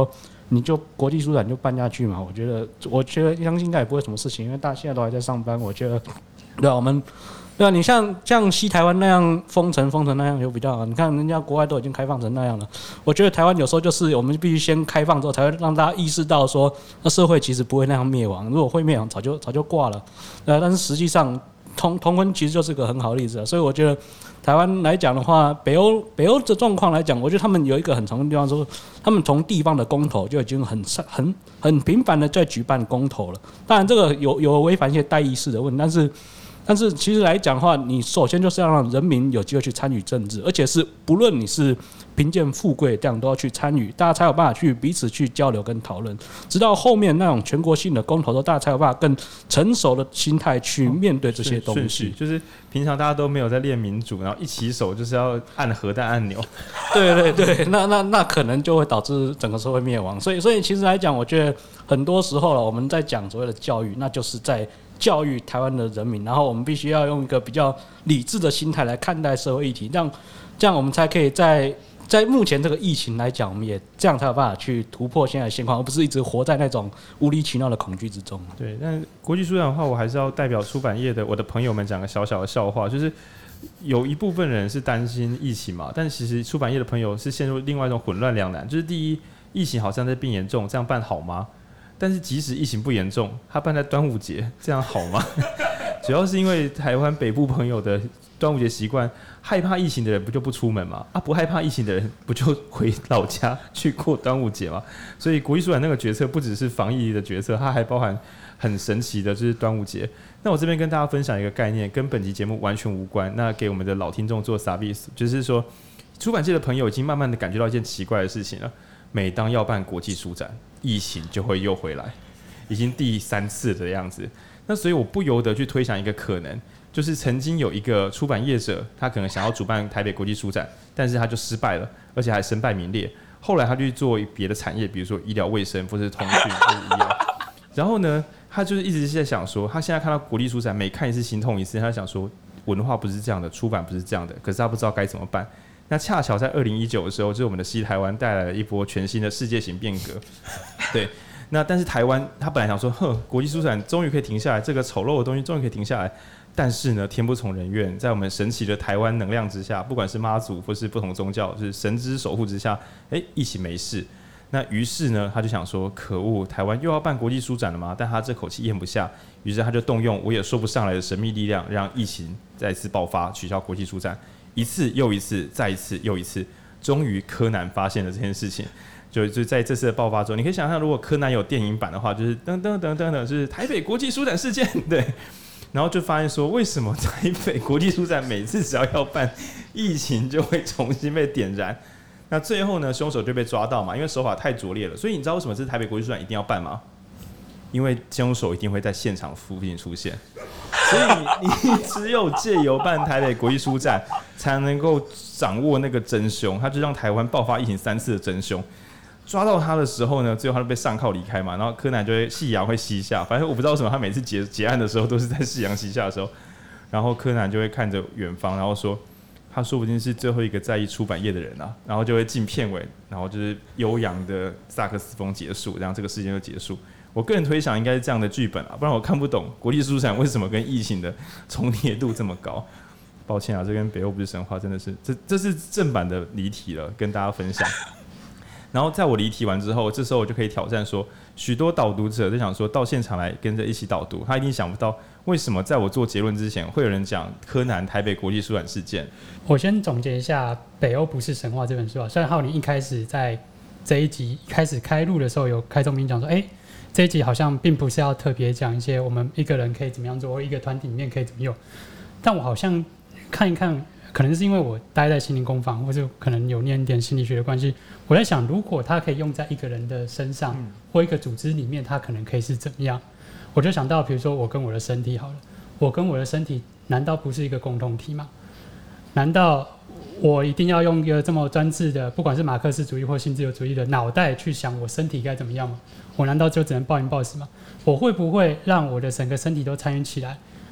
你就国际书展就办下去嘛。我觉得相信应该也不会什么事情，因为大家现在都还在上班。我觉得，对啊，对啊，你像西台湾那样封城那样就比较好。你看人家国外都已经开放成那样了，我觉得台湾有时候就是我们必须先开放之后，才会让大家意识到说，那社会其实不会那样灭亡。如果会灭亡，早就挂了。但是实际上同婚其实就是个很好的例子，所以我觉得台湾来讲的话，北欧的状况来讲，我觉得他们有一个很长的地方，说他们从地方的公投就已经很频繁的在举办公投了。当然这个有违反一些代议士的问题，但是其实来讲的话，你首先就是要让人民有机会去参与政治，而且是不论你是贫贱富贵，这样都要去参与，大家才有办法去彼此去交流跟讨论，直到后面那种全国性的公投，大家才有办法更成熟的心态去面对这些东西。 就是平常大家都没有在练民主，然后一起手就是要按核弹按钮。 对，那可能就会导致整个社会灭亡。所以其实来讲，我觉得很多时候了，我们在讲所谓的教育，那就是在教育台湾的人民，然后我们必须要用一个比较理智的心态来看待社会议题，这样我们才可以在目前这个疫情来讲，我们也这样才有办法去突破现在的现况，而不是一直活在那种无理取闹的恐惧之中。 对，但国际书展的话，我还是要代表出版业的我的朋友们讲个小小的笑话，就是有一部分人是担心疫情嘛，但其实出版业的朋友是陷入另外一种混乱两难，就是第一，疫情好像在变严重，这样办好吗？但是即使疫情不严重，他办在端午节，这样好吗？主要是因为台湾北部朋友的端午节习惯，害怕疫情的人不就不出门嘛？不害怕疫情的人不就回老家去过端午节嘛？所以国际书展那个决策不只是防疫的决策，它还包含很神奇的就是端午节。那我这边跟大家分享一个概念，跟本集节目完全无关，那给我们的老听众做 service， 就是说出版界的朋友已经慢慢的感觉到一件奇怪的事情了。每当要办国际书展，疫情就会又回来，已经第3次的样子。那所以我不由得去推想一个可能，就是曾经有一个出版业者，他可能想要主办台北国际书展，但是他就失败了，而且还身败名裂。后来他就去做别的产业，比如说医疗卫生或是通讯或是医疗。然后呢，他就是一直在想说，他现在看到国际书展，每看一次心痛一次。他想说，文化不是这样的，出版不是这样的，可是他不知道该怎么办。那恰巧在2019的时候，就是我们的西台湾带来了一波全新的世界型变革。对，那但是台湾他本来想说，国际书展终于可以停下来，这个丑陋的东西终于可以停下来。但是呢，天不从人愿，在我们神奇的台湾能量之下，不管是妈祖或是不同宗教，就是神之守护之下，疫情没事。那于是呢，他就想说，可恶，台湾又要办国际书展了吗？但他这口气咽不下，于是他就动用我也说不上来的神秘力量，让疫情再次爆发，取消国际书展。一次又一次，再一次又一次，终于柯南发现了这件事情。就在这次的爆发中，你可以想象，如果柯南有电影版的话，就是噔噔噔噔噔，就是台北国际书展事件，对。然后就发现说，为什么台北国际书展每次只要办，疫情就会重新被点燃？那最后呢，凶手就被抓到嘛，因为手法太拙劣了。所以你知道为什么这台北国际书展一定要办吗？因为凶手一定会在现场附近出现。所以你只有借由办台北国际书展，才能够掌握那个真凶。他就让台湾爆发疫情3次的真凶。抓到他的时候呢，最后他就被上铐离开嘛，然后柯南就会夕阳会西下，反正我不知道为什么他每次结案的时候都是在夕阳西下的时候，然后柯南就会看着远方，然后说他说不定是最后一个在意出版业的人啊，然后就会进片尾，然后就是悠扬的萨克斯风结束，然后这个事件就结束。我个人推想应该是这样的剧本啊，不然我看不懂国际书展为什么跟疫情的重叠度这么高。抱歉啊，这跟北欧不是神话真的是这是正版的离题了，跟大家分享。然后在我离题完之后，这时候我就可以挑战说，许多导读者在想说到现场来跟着一起导读，他一定想不到为什么在我做结论之前会有人讲柯南台北国际书展事件。 我先总结一下《北欧不是神话》这本书啊，虽然浩宁一开始在这一集开始开录的时候有开宗明讲说，这一集好像并不是要特别讲一些我们一个人可以怎么样做，或一个团体里面可以怎么用，但我好像看一看。可能是因为我待在心灵工坊，或者可能有念一点心理学的关系，我在想，如果它可以用在一个人的身上，或一个组织里面，它可能可以是怎么样？我就想到，比如说我跟我的身体好了，我跟我的身体难道不是一个共同体吗？难道我一定要用一个这么专制的，不管是马克思主义或新自由主义的脑袋去想我身体该怎么样吗？我难道就只能暴饮暴食吗？我会不会让我的整个身体都参与起来？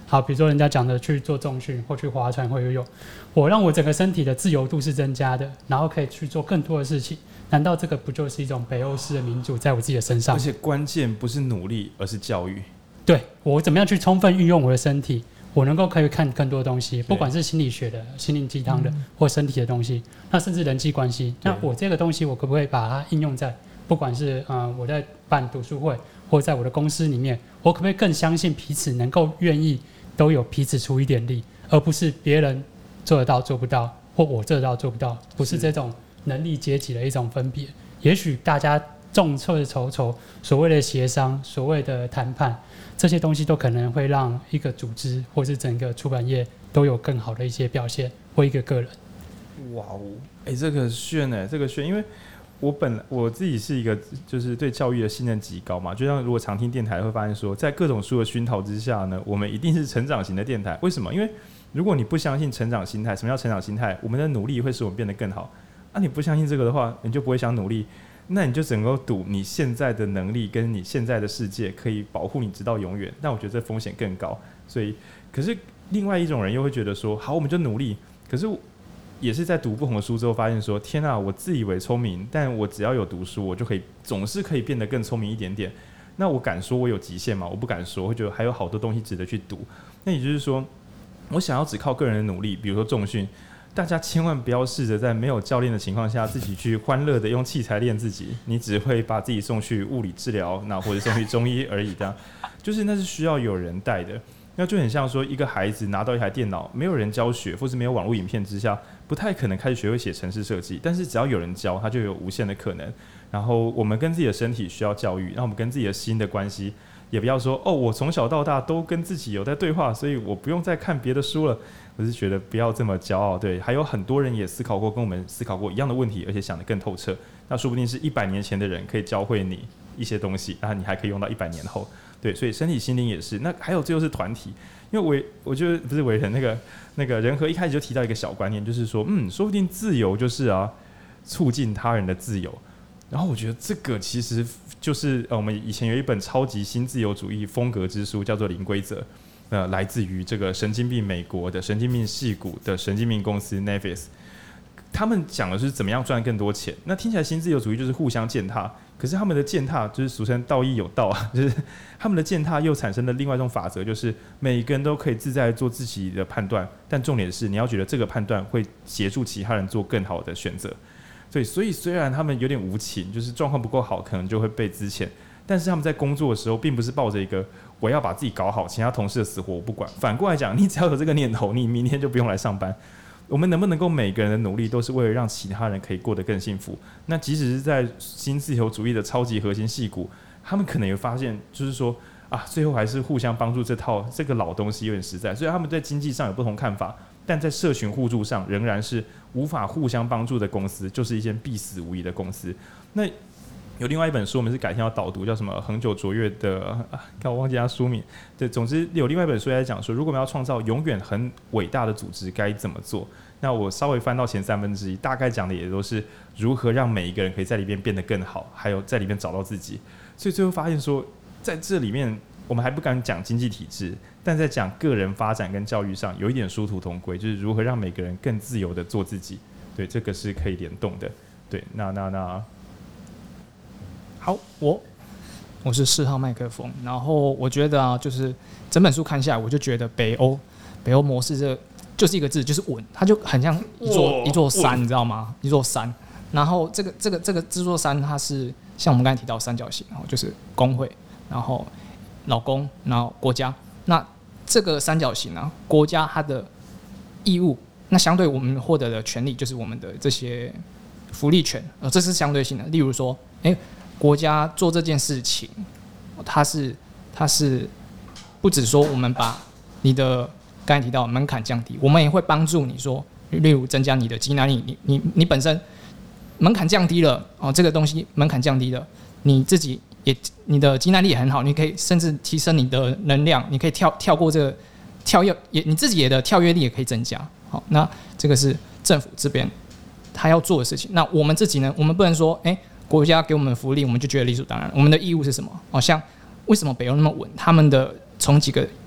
好，比如说人家讲的去做重训或去划船或游泳，我让我整个身体的自由度是增加的，然后可以去做更多的事情。难道这个不就是一种北欧式的民主在我自己的身上？ 而且关键不是努力，而是教育。 对，我怎么样去充分运用我的身体，我能够可以看更多的东西，不管是心理学的、心灵鸡汤的，或身体的东西，那甚至人际关系。那我这个东西，我可不可以把它应用在，不管是我在办读书会，或在我的公司里面，我可不可以更相信彼此能够愿意都有彼此出一点力，而不是别人做得到做不到，或我做得到做不到，不是这种能力阶级的一种分别。也许大家众筹筹，所谓的协商，所谓的谈判，这些东西都可能会让一个组织或是整个出版业都有更好的一些表现，或一个个人。 哇哦，这个炫这个炫，因为我自己是一个就是对教育的信任极高嘛，就像如果常听电台会发现说，在各种书的熏陶之下呢，我们一定是成长型的电台。为什么？因为如果你不相信成长心态，什么叫成长心态？我们的努力会使我们变得更好。你不相信这个的话，你就不会想努力，那你就只能够赌你现在的能力跟你现在的世界可以保护你直到永远。但我觉得这风险更高，所以可是另外一种人又会觉得说，好，我们就努力。可是也是在读不同的书之后发现说，天啊，我自以为聪明，但我只要有读书，我就可以总是可以变得更聪明一点点。那我敢说我有极限吗？我不敢说，会觉得还有好多东西值得去读。那也就是说，我想要只靠个人的努力，比如说重训，大家千万不要试着在没有教练的情况下自己去欢乐的用器材练自己，你只会把自己送去物理治疗，那或者送去中医而已。这样就是那是需要有人带的。那就很像说一个孩子拿到一台电脑，没有人教学，或是没有网络影片之下，不太可能开始学会写程式设计。但是只要有人教，他就有无限的可能。然后我们跟自己的身体需要教育，那我们跟自己的心的关系，也不要说我从小到大都跟自己有在对话，所以我不用再看别的书了。我是觉得不要这么骄傲。对，还有很多人也思考过跟我们思考过一样的问题，而且想得更透彻。那说不定是100年前的人可以教会你一些东西，然后你还可以用到100年后。对，所以身体心灵也是。那还有最后是团体，因为我觉得不是伟人那个人和一开始就提到一个小观念，就是说说不定自由就是促进他人的自由。然后我觉得这个其实就是我们以前有一本超级新自由主义风格之书，叫做《零规则》，来自于这个神经病美国的神经病矽谷的神经病公司 Nevis， 他们讲的是怎么样赚更多钱。那听起来新自由主义就是互相践踏，可是他们的践踏就是俗称道义有道，就是他们的践踏又产生了另外一种法则，就是每个人都可以自在做自己的判断，但重点是你要觉得这个判断会协助其他人做更好的选择。所以虽然他们有点无情，就是状况不够好可能就会被资遣，但是他们在工作的时候并不是抱着一个我要把自己搞好，其他同事的死活我不管。反过来讲，你只要有这个念头，你明天就不用来上班。我们能不能够每个人的努力都是为了让其他人可以过得更幸福？那即使是在新自由主义的超级核心矽谷，他们可能也发现就是说最后还是互相帮助这个老东西有点实在。所以他们在经济上有不同看法，但在社群互助上仍然是无法互相帮助的公司，就是一间必死无疑的公司。那有另外一本书，我们是改天要导读，叫什么《恒久卓越的》我忘记他书名。对，总之有另外一本书在讲说，如果我们要创造永远很伟大的组织，该怎么做？那我稍微翻到前1/3，大概讲的也都是如何让每一个人可以在里面变得更好，还有在里面找到自己。所以最后发现说，在这里面我们还不敢讲经济体制，但在讲个人发展跟教育上有一点殊途同归，就是如何让每个人更自由的做自己。对，这个是可以联动的。对，那好，我是4号麦克风。然后我觉得就是整本书看下来，我就觉得北欧模式这就是一个字，就是稳，它就很像一座山，你知道吗？一座山。然后这座山，它是像我们刚才提到三角形，就是工会，然后劳工，然后国家。那这个三角形国家它的义务，那相对我们获得的权利，就是我们的这些福利权，这是相对性的。例如说，国家做这件事情，它是不只说我们把你的刚才提到门槛降低，我们也会帮助你说，例如增加你的肌耐力，你本身门槛降低了这个东西门槛降低了，你自己也你的肌耐力也很好，你可以甚至提升你的能量，你可以跳过这个跳跃，你自己的跳跃力也可以增加。好，那这个是政府这边他要做的事情。那我们自己呢？我们不能说，国家给我们的福利，我们就觉得理所当然。我们的义务是什么？像为什么北欧那么稳？他们的从几个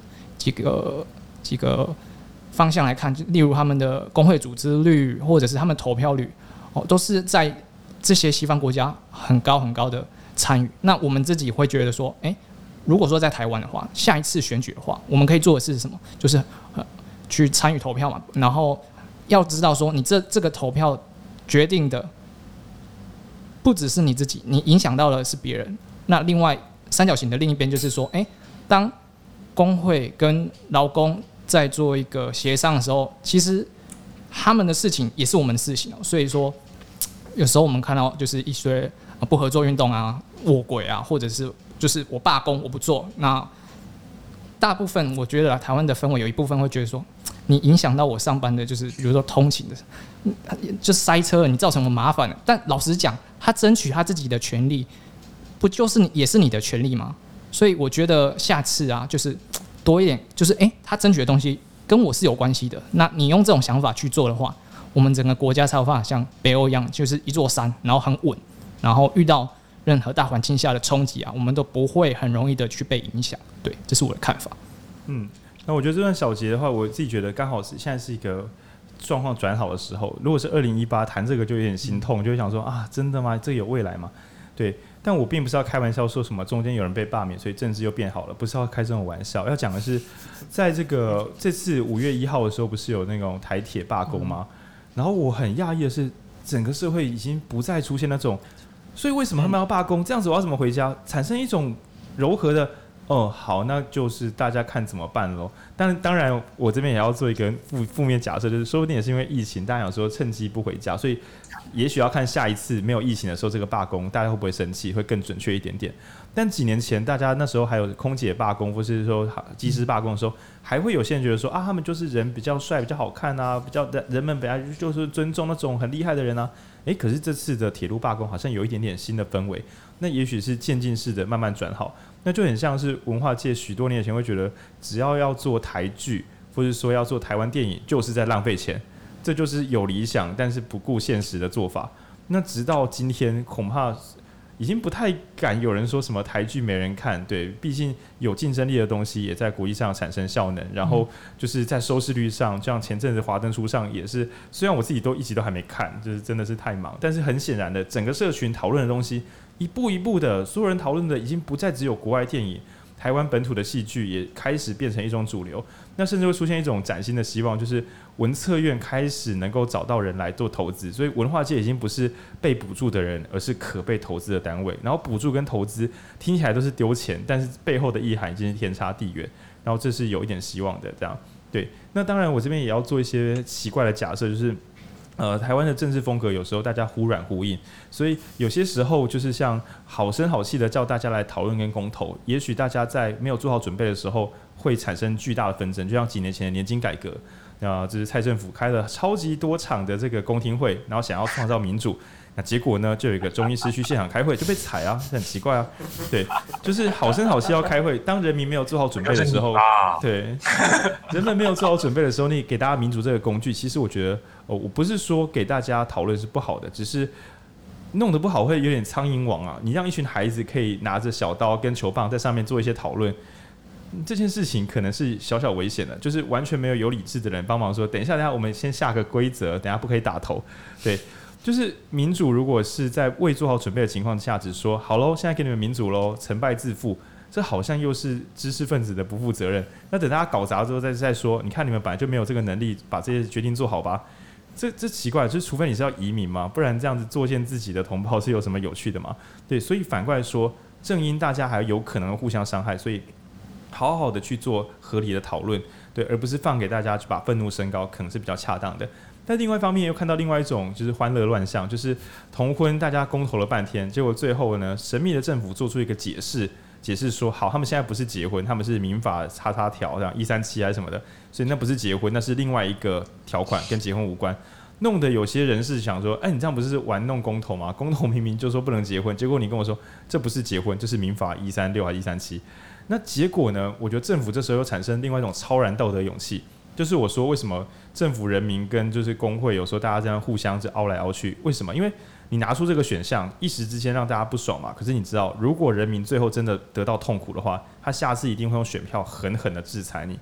几个方向来看，例如他们的工会组织率，或者是他们投票率，都是在这些西方国家很高很高的参与。那我们自己会觉得说，如果说在台湾的话，下一次选举的话，我们可以做的是什么？就是去参与投票嘛。然后要知道说，你这个投票决定的不只是你自己，你影响到的是别人。那另外三角形的另一边就是说，当工会跟劳工在做一个协商的时候，其实他们的事情也是我们的事情所以说，有时候我们看到就是一些不合作运动啊、卧轨啊，或者是就是我罢工我不做。那大部分我觉得台湾的氛围有一部分会觉得说，你影响到我上班的，就是比如说通勤的，就塞车，你造成我麻烦了。但老实讲，他争取他自己的权利，不就是也是你的权利吗？所以我觉得下次啊，就是多一点，就是他争取的东西跟我是有关系的。那你用这种想法去做的话，我们整个国家才有办法像北欧一样，就是一座山，然后很稳，然后遇到任何大环境下的冲击啊，我们都不会很容易的去被影响。对，这是我的看法。 那我觉得这段小结的话，我自己觉得刚好是现在是一个状况转好的时候。如果是2018谈这个就有点心痛，就会想说啊，真的吗？这个有未来吗？对。但我并不是要开玩笑说什么中间有人被罢免，所以政治又变好了，不是要开这种玩笑。要讲的是，在这次5月1号的时候，不是有那种台铁罢工吗？然后我很讶异的是，整个社会已经不再出现那种，所以为什么他们要罢工？这样子我要怎么回家？产生一种柔和的，好，那就是大家看怎么办咯。但当然，我这边也要做一个负面假设，就是说不定也是因为疫情，大家想说趁机不回家，所以也许要看下一次没有疫情的时候，这个罢工大家会不会生气，会更准确一点点。但几年前，大家那时候还有空姐罢工，或是说机师罢工的时候，还会有些人觉得说啊，他们就是人比较帅、比较好看啊，人们本来就是尊重那种很厉害的人啊。可是这次的铁路罢工好像有一点点新的氛围，那也许是渐进式的慢慢转好，那就很像是文化界许多年前会觉得，只要做台剧，或是说要做台湾电影，就是在浪费钱，这就是有理想但是不顾现实的做法。那直到今天，恐怕已经不太敢有人说什么台剧没人看，对，毕竟有竞争力的东西也在国际上产生效能，然后就是在收视率上，像前阵子华灯初上也是，虽然我自己一集都还没看，就是真的是太忙，但是很显然的，整个社群讨论的东西，一步一步的，所有人讨论的已经不再只有国外电影，台湾本土的戏剧也开始变成一种主流，那甚至会出现一种崭新的希望，就是文策院开始能够找到人来做投资，所以文化界已经不是被补助的人，而是可被投资的单位。然后补助跟投资听起来都是丢钱，但是背后的意涵已经是天差地远。然后这是有一点希望的，这样对。那当然，我这边也要做一些奇怪的假设，就是台湾的政治风格有时候大家忽软忽硬，所以有些时候就是像好声好气的叫大家来讨论跟公投，也许大家在没有做好准备的时候会产生巨大的纷争，就像几年前的年金改革，这是蔡政府开了超级多场的这个公听会，然后想要创造民主，那结果呢，就有一个中医师去现场开会就被踩啊，很奇怪啊。对，就是好声好气要开会，当人民没有做好准备的时候，对，人们没有做好准备的时候，你给大家民主这个工具，其实我觉得，我不是说给大家讨论是不好的，只是弄得不好会有点苍蝇王啊。你让一群孩子可以拿着小刀跟球棒在上面做一些讨论，这件事情可能是小小危险的，就是完全没有理智的人帮忙说，等一下我们先下个规则，等一下不可以打头，对。就是民主，如果是在未做好准备的情况下，只说好喽，现在给你们民主喽，成败自负，这好像又是知识分子的不负责任。那等大家搞砸之后再说，你看你们本来就没有这个能力把这些决定做好吧？这奇怪，就是除非你是要移民嘛，不然这样子作践自己的同胞是有什么有趣的吗？对，所以反过来说，正因大家还有可能互相伤害，所以好好的去做合理的讨论，对，而不是放给大家去把愤怒升高，可能是比较恰当的。但另外一方面又看到另外一种就是欢乐乱象，就是同婚大家公投了半天，结果最后呢，神秘的政府做出一个解释说，好，他们现在不是结婚，他们是民法叉叉条，像137还是什么的，所以那不是结婚，那是另外一个条款，跟结婚无关。弄得有些人是想说，你这样不是玩弄公投吗？公投明明就说不能结婚，结果你跟我说这不是结婚，这是民法136还是137？那结果呢？我觉得政府这时候又产生另外一种超然道德勇气。就是我说为什么政府、人民跟就是工会有时候大家这样互相凹来凹去？为什么？因为你拿出这个选项，一时之间让大家不爽嘛。可是你知道，如果人民最后真的得到痛苦的话，他下次一定会用选票狠狠的制裁你。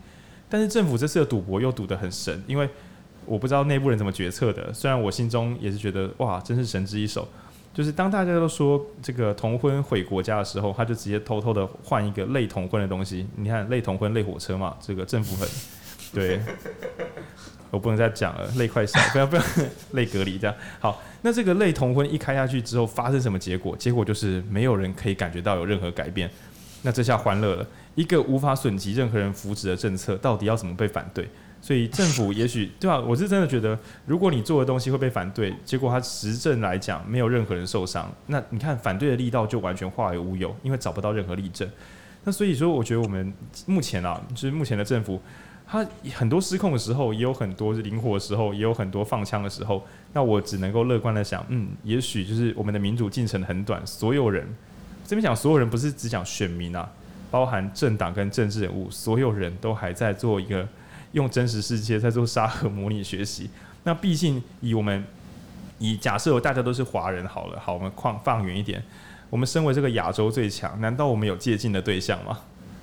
但是政府这次的赌博又赌得很神，因为我不知道内部人怎么决策的，虽然我心中也是觉得哇，真是神之一手。就是当大家都说这个同婚毁国家的时候，他就直接偷偷的换一个类同婚的东西。你看类同婚、类火车嘛，这个政府很对，我不能再讲了，类快闪，不要类隔离这样。好，那这个类同婚一开下去之后，发生什么结果？结果就是没有人可以感觉到有任何改变。那这下欢乐了，一个无法损及任何人福祉的政策，到底要怎么被反对？所以政府也许对吧？我是真的觉得，如果你做的东西会被反对，结果它实证来讲没有任何人受伤，那你看反对的力道就完全化为乌有，因为找不到任何例证。那所以说，我觉得我们目前就是目前的政府，它很多失控的时候，也有很多灵活的时候，也有很多放枪的时候。那我只能够乐观的想，也许就是我们的民主进程很短，所有人这边讲所有人不是只讲选民啊，包含政党跟政治人物，所有人都还在做一个。用真实世界在做沙盒模拟学习，那毕竟以假设大家都是华人好了，好，我们放远一点，我们身为这个亚洲最强，难道我们有借鉴的对象吗？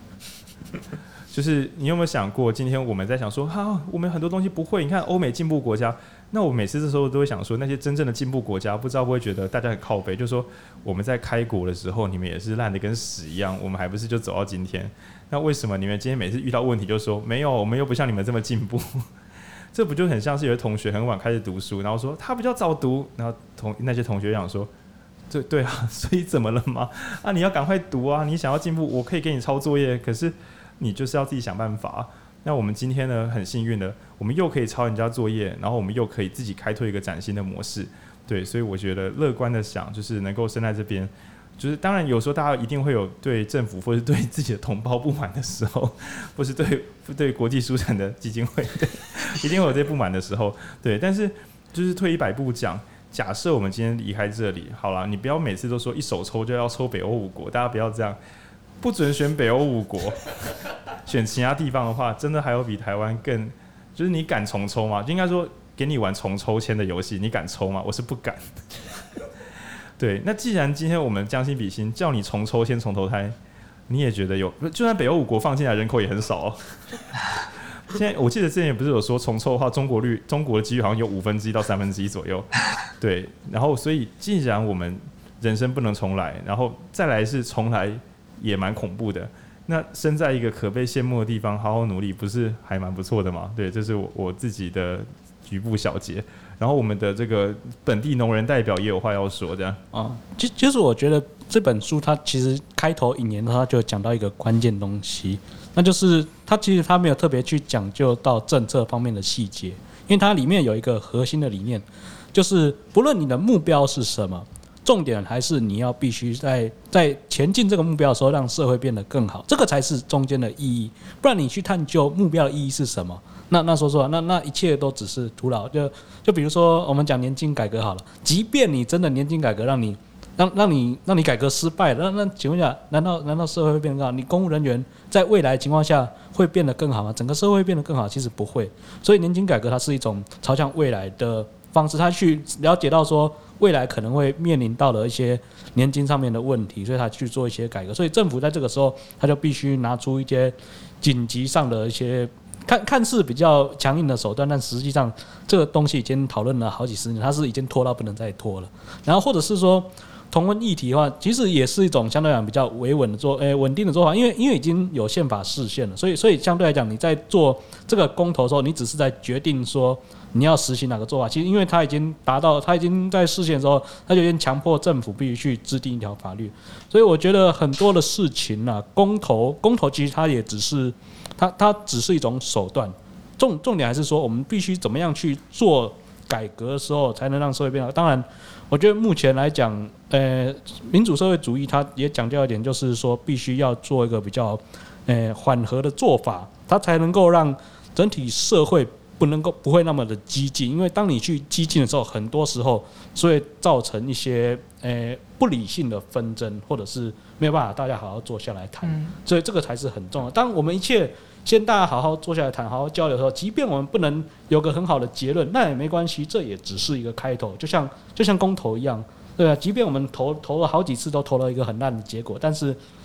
就是你有没有想过，今天我们在想说，我们很多东西不会，你看欧美进步国家，那我每次这时候都会想说，那些真正的进步国家，不知道会不会觉得大家很靠北，就说我们在开国的时候，你们也是烂得跟屎一样，我们还不是就走到今天？那为什么你们今天每次遇到问题就说没有，我们又不像你们这么进步？这不就很像是有些同学很晚开始读书，然后说他比较早读，然后那些同学想说，对啊，所以怎么了吗？你要赶快读啊！你想要进步，我可以给你抄作业，可是你就是要自己想办法。那我们今天呢，很幸运的，我们又可以抄人家作业，然后我们又可以自己开拓一个崭新的模式。对，所以我觉得乐观的想，就是能够生在这边。就是当然有时候大家一定会有对政府或是对自己的同胞不满的时候，或是对国际书展的基金会，对，一定会有这些不满的时候，对。但是就是退100步讲，假设我们今天离开这里，好了，你不要每次都说一手抽就要抽北欧5国，大家不要这样，不准选北欧5国，选其他地方的话，真的还有比台湾更，就是你敢重抽吗？就应该说给你玩重抽签的游戏，你敢抽吗？我是不敢。对，那既然今天我们将心比心，叫你重抽先重投胎，你也觉得有，就算北欧5国放进来人口也很少哦。现在我记得之前也不是有说重抽的话，中国的几率好像有1/5到1/3左右。对，然后所以既然我们人生不能重来，然后再来是重来也蛮恐怖的。那身在一个可被羡慕的地方，好好努力，不是还蛮不错的吗？对，这是我自己的局部小结。然后我们的这个本地农人代表也有话要说，这样啊。其实我觉得这本书它其实开头引言它就讲到一个关键东西，那就是它其实它没有特别去讲究到政策方面的细节，因为它里面有一个核心的理念，就是不论你的目标是什么，重点还是你要必须在前进这个目标的时候，让社会变得更好，这个才是中间的意义。不然你去探究目标的意义是什么，那说实话，那一切都只是徒劳。就比如说我们讲年金改革好了，即便你真的年金改革让你改革失败了，那请问一下，难道社会会变得更好？你公务人员在未来的情况下会变得更好吗？整个社会会变得更好？其实不会。所以年金改革它是一种朝向未来的方式，他去了解到说未来可能会面临到的一些年金上面的问题，所以他去做一些改革。所以政府在这个时候，他就必须拿出一些紧急上的一些看似比较强硬的手段，但实际上这个东西已经讨论了好几十年，它是已经拖到不能再拖了。然后或者是说同婚议题的话，其实也是一种相对来讲比较维稳的稳定的做法，因为已经有宪法释宪了，所以相对来讲，你在做这个公投的时候，你只是在决定说你要实行哪个做法。其实因为它已经在释宪的时候，它就已经强迫政府必须去制定一条法律。所以我觉得很多的事情啊，公投其实它也只是它只是一种手段，重点还是说我们必须怎么样去做改革的时候，才能让社会变好。当然，我觉得目前来讲，民主社会主义它也强调一点，就是说必须要做一个比较缓和的做法，它才能够让整体社会不会那么的激进。因为当你去激进的时候，很多时候是会造成一些不理性的纷争，或者是没有办法大家好好坐下来谈。所以这个才是很重要。当我们一切先大家好好坐下来谈，好好交流的时候，即便我们不能有个很好的结论，那也没关系，这也只是一个开头，就像公投一样，对啊，即便我们投了好几次都投了一个很烂的结果，但是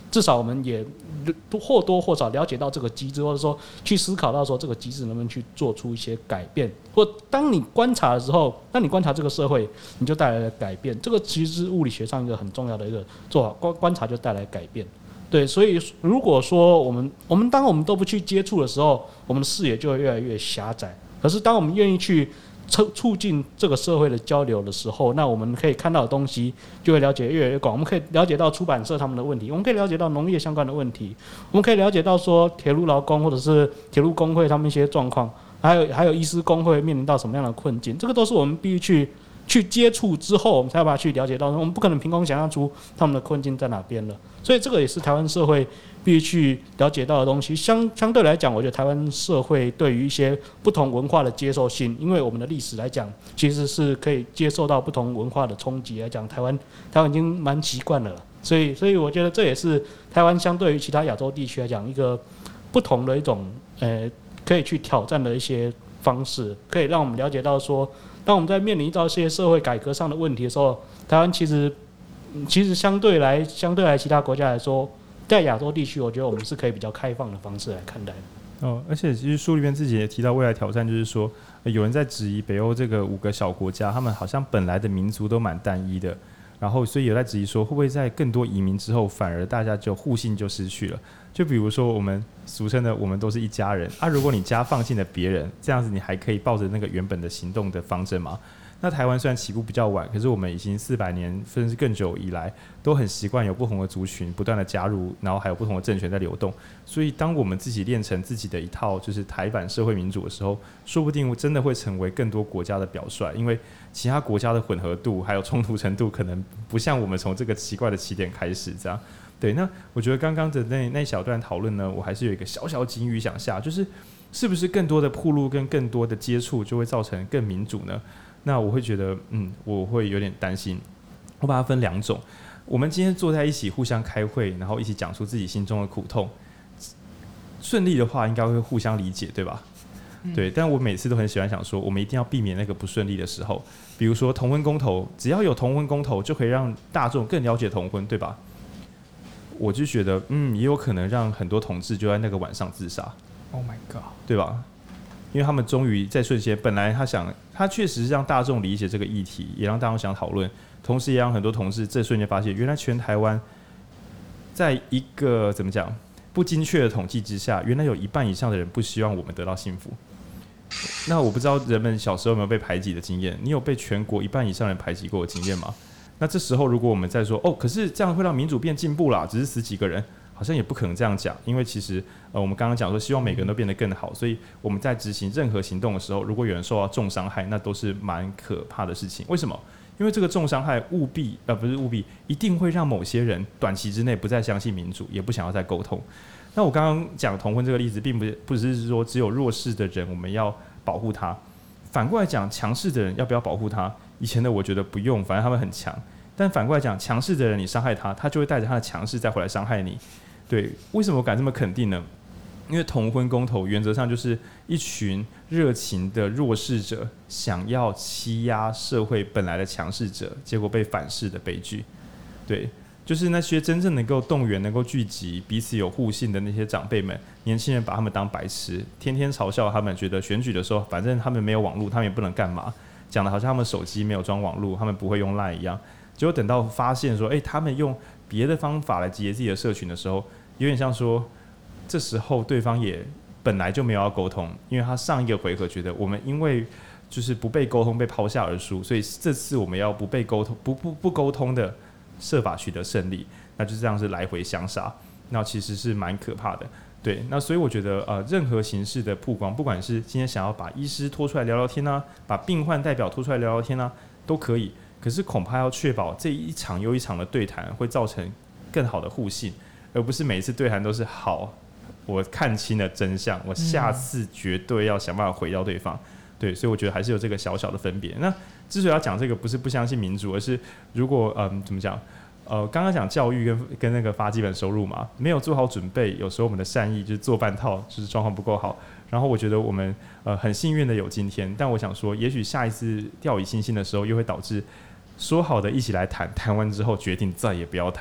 至少我们也或多或少了解到这个机制，或者说去思考到说这个机制能不能去做出一些改变，或当你观察的时候，当你观察这个社会，你就带来了改变。这个其实是物理学上一个很重要的一个做法，观察就带来改变。对，所以如果说我们当我们都不去接触的时候，我们的视野就会越来越狭窄。可是当我们愿意去促进这个社会的交流的时候，那我们可以看到的东西就会了解越来越广。我们可以了解到出版社他们的问题，我们可以了解到农业相关的问题，我们可以了解到说铁路劳工或者是铁路工会他们一些状况，还有医师工会面临到什么样的困境，这个都是我们必须去接触之后，我们才有办法去了解到，我们不可能凭空想象出他们的困境在哪边了。所以这个也是台湾社会必须去了解到的东西。相对来讲，我觉得台湾社会对于一些不同文化的接受性，因为我们的历史来讲，其实是可以接受到不同文化的冲击来讲，台湾已经蛮习惯了。所以我觉得这也是台湾相对于其他亚洲地区来讲一个不同的一种可以去挑战的一些方式，可以让我们了解到说，当我们在面临到一些社会改革上的问题的时候，台湾其实相对来其他国家来说，在亚洲地区，我觉得我们是可以比较开放的方式来看待的。 而且其实书里面自己也提到未来挑战，就是说有人在质疑北欧这个5个小国家，他们好像本来的民族都蛮单一的，然后所以有在质疑说，会不会在更多移民之后，反而大家就互信就失去了？就比如说我们俗称的我们都是一家人啊，如果你家放进了别人，这样子你还可以抱着那个原本的行动的方针吗？那台湾虽然起步比较晚，可是我们已经400年甚至更久以来都很习惯有不同的族群不断的加入，然后还有不同的政权在流动，所以当我们自己练成自己的一套就是台版社会民主的时候，说不定真的会成为更多国家的表率，因为其他国家的混合度还有冲突程度可能不像我们从这个奇怪的起点开始这样。对，那我觉得刚刚的那小段讨论呢，我还是有一个小小警语想下，就是是不是更多的暴露跟更多的接触就会造成更民主呢？那我会觉得我会有点担心。我把它分2种，我们今天坐在一起互相开会，然后一起讲出自己心中的苦痛，顺利的话应该会互相理解，对吧？对，但我每次都很喜欢想说，我们一定要避免那个不顺利的时候，比如说同婚公投，只要有同婚公投就可以让大众更了解同婚，对吧？我就觉得也有可能让很多同志就在那个晚上自杀。 Oh my god， 对吧？因为他们终于在瞬间，本来他确实是让大众理解这个议题，也让大众想讨论，同时也让很多同事这瞬间发现，原来全台湾在一个怎么讲不精确的统计之下，原来有1半以上的人不希望我们得到幸福。那我不知道人们小时候有没有被排挤的经验？你有被全国1半以上人排挤过的经验吗？那这时候如果我们再说可是这样会让民主变进步啦，只是死几个人。好像也不可能这样讲，因为其实我们刚刚讲说希望每个人都变得更好，所以我们在执行任何行动的时候，如果有人受到重伤害，那都是蛮可怕的事情。为什么？因为这个重伤害一定会让某些人短期之内不再相信民主，也不想要再沟通。那我刚刚讲同婚这个例子，并不是说只有弱势的人我们要保护他，反过来讲，强势的人要不要保护他？以前的我觉得不用，反正他们很强。但反过来讲，强势的人你伤害他，他就会带着他的强势再回来伤害你。对，为什么我敢这么肯定呢？因为同婚公投原则上就是一群热情的弱势者想要欺压社会本来的强势者，结果被反噬的悲剧。对，就是那些真正能够动员、能够聚集、彼此有互信的那些长辈们，年轻人把他们当白痴，天天嘲笑他们，觉得选举的时候反正他们没有网络，他们也不能干嘛，讲的好像他们手机没有装网络，他们不会用 LINE 一样。结果等到发现说，他们用别的方法来集结自己的社群的时候，有点像说，这时候对方也本来就没有要沟通，因为他上一个回合觉得我们因为就是不被沟通被抛下而输，所以这次我们要不被沟通不沟通的设法取得胜利，那就这样是来回相杀，那其实是蛮可怕的。对，那所以我觉得任何形式的曝光，不管是今天想要把医师拖出来聊聊天啊，把病患代表拖出来聊聊天啊，都可以。可是恐怕要确保这一场又一场的对谈会造成更好的互信，而不是每一次对谈都是好，我看清了真相，我下次绝对要想办法回到对方。对，所以我觉得还是有这个小小的分别。那之所以要讲这个，不是不相信民主，而是如果怎么讲？刚刚讲教育跟那个发基本收入嘛，没有做好准备，有时候我们的善意就是做半套，就是状况不够好。然后我觉得我们很幸运的有今天，但我想说，也许下一次掉以轻心的时候，又会导致说好的一起来谈，谈完之后决定再也不要谈，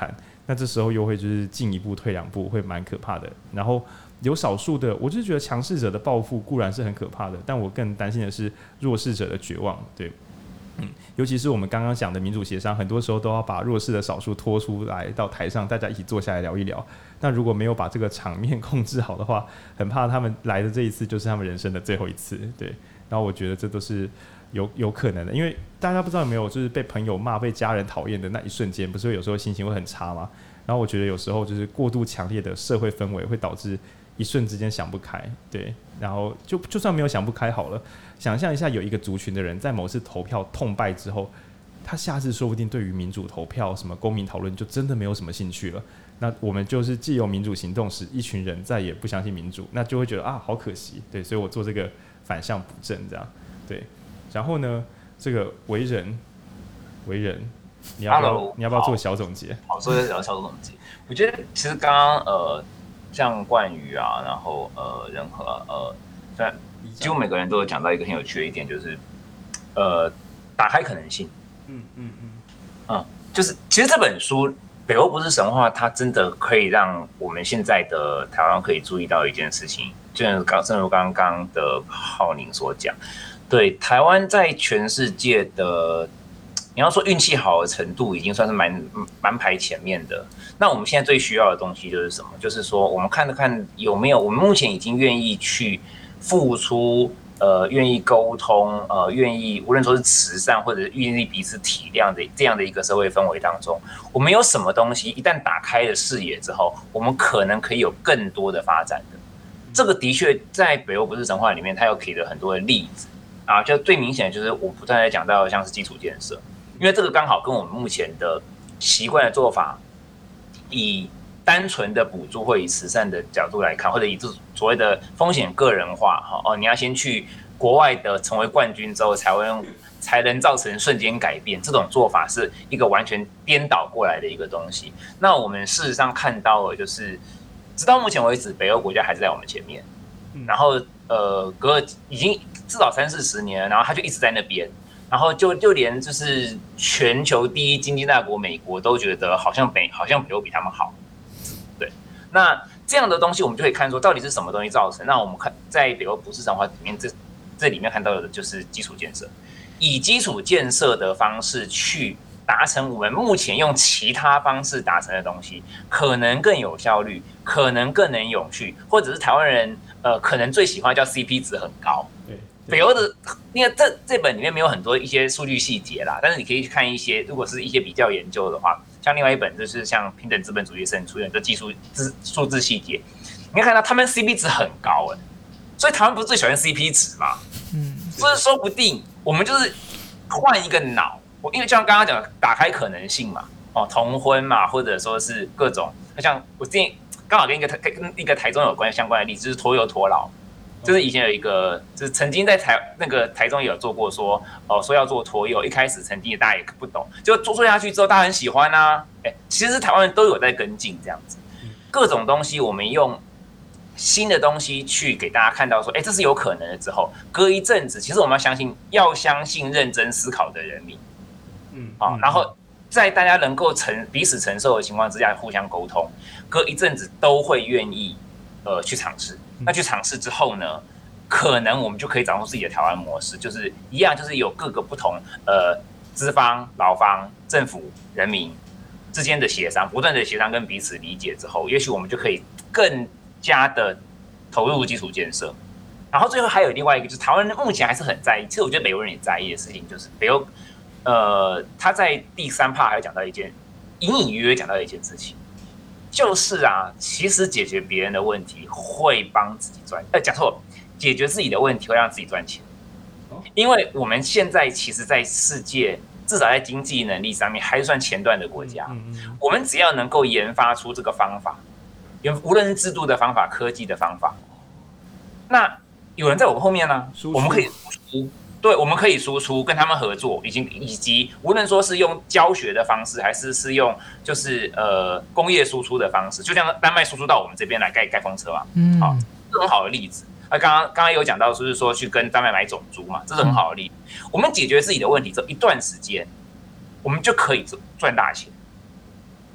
那这时候又会就是进一步退2步，会蛮可怕的。然后有少数的，我就觉得强势者的报复固然是很可怕的，但我更担心的是弱势者的绝望。对，尤其是我们刚刚讲的民主协商，很多时候都要把弱势的少数拖出来到台上，大家一起坐下来聊一聊。那如果没有把这个场面控制好的话，很怕他们来的这一次就是他们人生的最后一次。对，然后我觉得这都是有可能的，因为大家不知道有没有就是被朋友骂、被家人讨厌的那一瞬间，不是有时候心情会很差吗？然后我觉得有时候就是过度强烈的社会氛围会导致一瞬之间想不开，对，然后就算没有想不开好了，想象一下有一个族群的人在某次投票痛败之后，他下次说不定对于民主投票、什么公民讨论就真的没有什么兴趣了。那我们就是既有民主行动，使一群人再也不相信民主，那就会觉得啊，好可惜，对，所以我做这个反向补正，这样，对。然后呢，这个为人，你要不要做小总结？ 好，做小总结。我觉得其实刚刚像冠宇啊，然后仁和虽然几乎每个人都有讲到一个很有趣的一点，就是打开可能性。就是其实这本书《北欧不是神话》，它真的可以让我们现在的台湾可以注意到一件事情，正如刚刚的浩宁所讲，对，台湾在全世界的，你要说运气好的程度，已经算是蛮排前面的。那我们现在最需要的东西就是什么？就是说，我们看有没有我们目前已经愿意去付出，愿意沟通，愿意无论说是慈善或者愿意彼此体谅的这样的一个社会氛围当中，我们有什么东西一旦打开了视野之后，我们可能可以有更多的发展的。这个的确在北欧不是神话里面，它有给了很多的例子啊，就最明显的就是我不断在讲到的像是基础建设，因为这个刚好跟我们目前的习惯的做法，以单纯的补助或以慈善的角度来看，或者以所谓的风险个人化，你要先去国外的成为冠军之后，才能造成瞬间改变。这种做法是一个完全颠倒过来的一个东西。那我们事实上看到了，就是直到目前为止，北欧国家还是在我们前面，然后隔已经至少30-40年了，然后他就一直在那边。然后就连就是全球第一经济大国美国都觉得好像北欧比他们好，对。那这样的东西我们就可以看说到底是什么东西造成。那我们看在北欧不是神话里面，这里面看到的就是基础建设，以基础建设的方式去达成我们目前用其他方式达成的东西，可能更有效率，可能更能永续，或者是台湾人可能最喜欢叫 CP 值很高。对。北欧的，因为这本里面没有很多一些数据细节啦，但是你可以去看一些，如果是一些比较研究的话，像另外一本就是像平等资本主义胜出现的数字细节，你可以看到他们 CP 值很高所以台湾不是最喜欢 CP 值嘛？所以说不定我们就是换一个脑，因为像刚刚讲的打开可能性嘛，同婚嘛，或者说是各种，像我之前刚好跟一个台中有关相关的例子，就是拖油拖老。就是以前有一个，就是曾经在台中也有做过说要做托幼，一开始曾经也大家也不懂，就做下去之后大家很喜欢啊，其实台湾人都有在跟进这样子，各种东西我们用新的东西去给大家看到说，这是有可能的之后，隔一阵子，其实我们要相信认真思考的人民，然后在大家能够彼此承受的情况之下互相沟通，隔一阵子都会愿意去尝试。那去尝试之后呢，可能我们就可以掌握自己的台湾模式，就是一样，就是有各个不同资方、劳方、政府、人民之间的协商，不断的协商跟彼此理解之后，也许我们就可以更加的投入基础建设。然后最后还有另外一个，就是台湾人目前还是很在意，其实我觉得北欧人也在意的事情，就是北欧他在第3 part 还有讲到一件隐隐约约讲到一件事情。就是啊，其实解决别人的问题会帮自己讲错，解决自己的问题会让自己赚钱。因为我们现在其实，在世界至少在经济能力上面还是算前段的国家。我们只要能够研发出这个方法，无论是制度的方法、科技的方法，那有人在我们后面呢，我们可以输出。对，我们可以输出，跟他们合作，以及无论说是用教学的方式，还是用就是工业输出的方式，就像丹麦输出到我们这边来盖风车嘛，好，这是很好的例子。刚刚有讲到，就是说去跟丹麦买种猪嘛，这是很好的例子。我们解决自己的问题之后，一段时间，我们就可以赚大钱。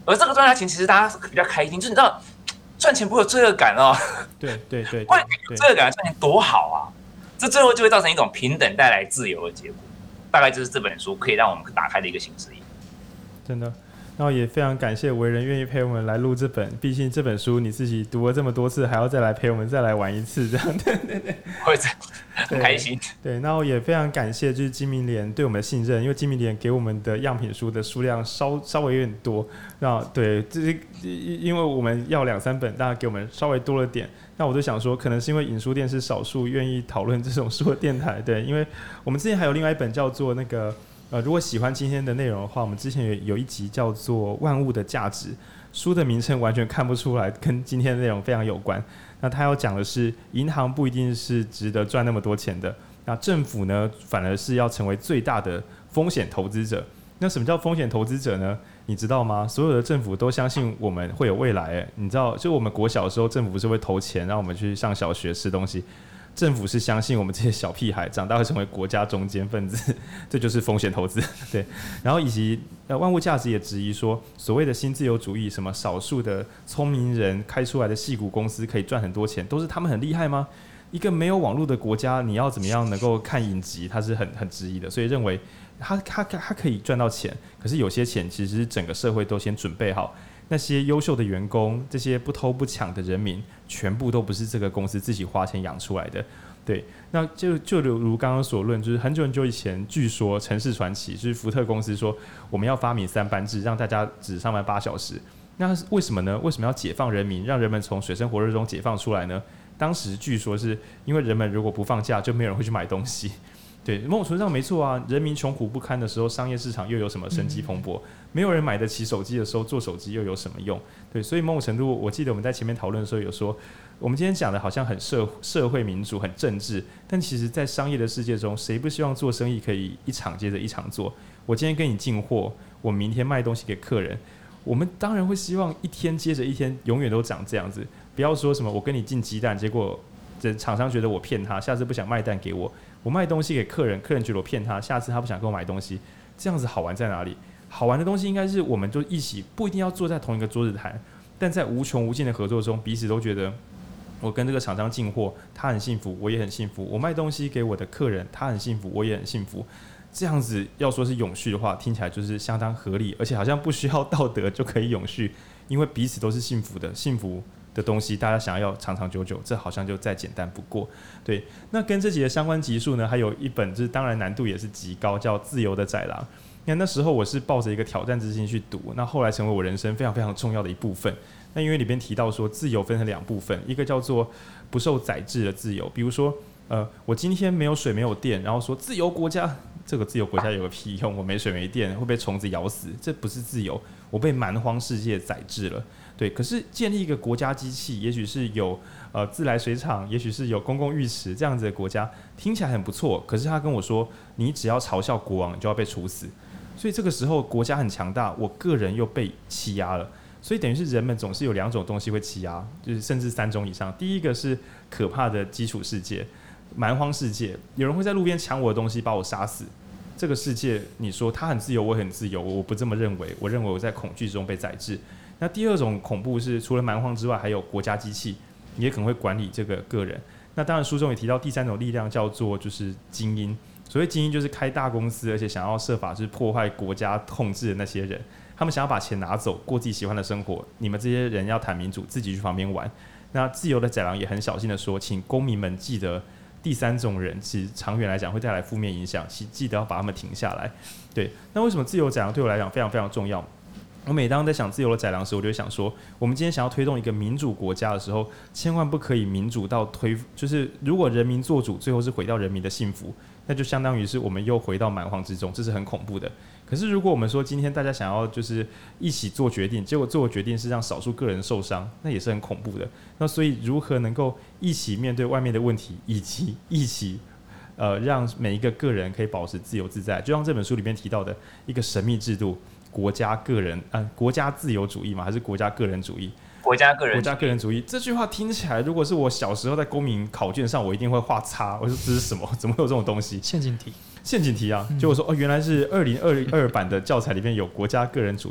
而这个赚大钱其实大家比较开心，就是你知道赚钱不会有罪恶感哦， 对， 会有罪恶感赚钱多好啊！这最后就会造成一种平等带来自由的结果，大概就是这本书可以让我们打开的一个新视野。 真的。然后也非常感谢为人愿意陪我们来录这本，毕竟这本书你自己读了这么多次，还要再来陪我们再来玩一次，这样对， 会很开心。 对，然后也非常感谢就是金明联对我们的信任，因为金明联给我们的样品书的数量稍微有点多，那对，就是因为我们要2-3本，大家给我们稍微多了点，那我就想说，可能是因为影书店是少数愿意讨论这种书的电台，对，因为我们之前还有另外一本叫做那个。如果喜欢今天的内容的话，我们之前有一集叫做《万物的价值》，书的名称完全看不出来跟今天的内容非常有关。那他要讲的是，银行不一定是值得赚那么多钱的，那政府呢，反而是要成为最大的风险投资者。那什么叫风险投资者呢？你知道吗？所有的政府都相信我们会有未来。你知道，就我们国小的时候，政府不是会投钱让我们去上小学吃东西？政府是相信我们这些小屁孩长大会成为国家中坚分子，这就是风险投资。对，然后以及万物价值也质疑说，所谓的新自由主义，什么少数的聪明人开出来的矽谷公司可以赚很多钱，都是他们很厉害吗？一个没有网络的国家，你要怎么样能够看影集？他是很质疑的，所以认为他可以赚到钱，可是有些钱其实是整个社会都先准备好。那些优秀的员工，这些不偷不抢的人民，全部都不是这个公司自己花钱养出来的。对，那就如刚刚所论，就是很久以前，据说城市传奇就是福特公司说，我们要发明3班制，让大家只上班8小时。那为什么呢？为什么要解放人民，让人们从水深火热中解放出来呢？当时据说是因为人们如果不放假，就没有人会去买东西。对，某种程度上没错啊。人民穷苦不堪的时候，商业市场又有什么生机蓬勃？没有人买得起手机的时候，做手机又有什么用？对，所以某种程度，我记得我们在前面讨论的时候有说，我们今天讲的好像很社会民主、很政治，但其实在商业的世界中，谁不希望做生意可以一场接着一场做？我今天跟你进货，我明天卖东西给客人，我们当然会希望一天接着一天，永远都长这样子。不要说什么我跟你进鸡蛋，结果厂商觉得我骗他，下次不想卖蛋给我。我卖东西给客人，客人觉得我骗他，下次他不想跟我买东西，这样子好玩在哪里？好玩的东西应该是我们就一起，不一定要坐在同一个桌子谈，但在无穷无尽的合作中，彼此都觉得我跟这个厂商进货，他很幸福，我也很幸福；我卖东西给我的客人，他很幸福，我也很幸福。这样子要说是永续的话，听起来就是相当合理，而且好像不需要道德就可以永续，因为彼此都是幸福的，幸福的东西，大家想要长长久久，这好像就再简单不过。对，那跟这集的相关集数呢，还有一本就是当然难度也是极高，叫《自由的宰狼》。那时候我是抱着一个挑战之心去读，那后来成为我人生非常非常重要的一部分。那因为里边提到说，自由分成2部分，一个叫做不受宰制的自由，比如说我今天没有水没有电，然后说自由国家，这个自由国家有个屁用？我没水没电会被虫子咬死，这不是自由，我被蛮荒世界宰制了。对，可是建立一个国家机器，也许是有自来水厂，也许是有公共浴池这样子的国家，听起来很不错。可是他跟我说，你只要嘲笑国王，你就要被处死。所以这个时候国家很强大，我个人又被欺压了。所以等于是人们总是有2种东西会欺压，就是甚至3种以上。第一个是可怕的基础世界，蛮荒世界，有人会在路边抢我的东西，把我杀死。这个世界，你说他很自由，我很自由，我不这么认为。我认为我在恐惧中被宰制。那第2种恐怖是，除了蛮荒之外，还有国家机器，也可能会管理这个个人。那当然，书中也提到第3种力量叫做就是精英。所谓精英，就是开大公司，而且想要设法是破坏国家控制的那些人。他们想要把钱拿走，过自己喜欢的生活。你们这些人要谈民主，自己去旁边玩。那自由的宰狼也很小心的说，请公民们记得，第3种人其实长远来讲会带来负面影响，记得要把他们停下来。对，那为什么自由宰狼对我来讲非常非常重要？我每当在想自由的宰狼时，我就会想说，我们今天想要推动一个民主国家的时候，千万不可以民主到就是如果人民做主，最后是毁掉人民的幸福，那就相当于是我们又回到蛮荒之中，这是很恐怖的。可是如果我们说今天大家想要就是一起做决定，结果做的决定是让少数个人受伤，那也是很恐怖的。那所以如何能够一起面对外面的问题，以及一起让每一个个人可以保持自由自在，就像这本书里面提到的一个神秘制度。国家自由主义吗？还是国家个人主义？国家个人主义这句话听起来，如果是我小时候在公民考卷上，我一定会画叉。我说这是什么？怎么会有这种东西？ 陷阱题啊！ 结果说原来是2022版的教材里面有国家个人主义。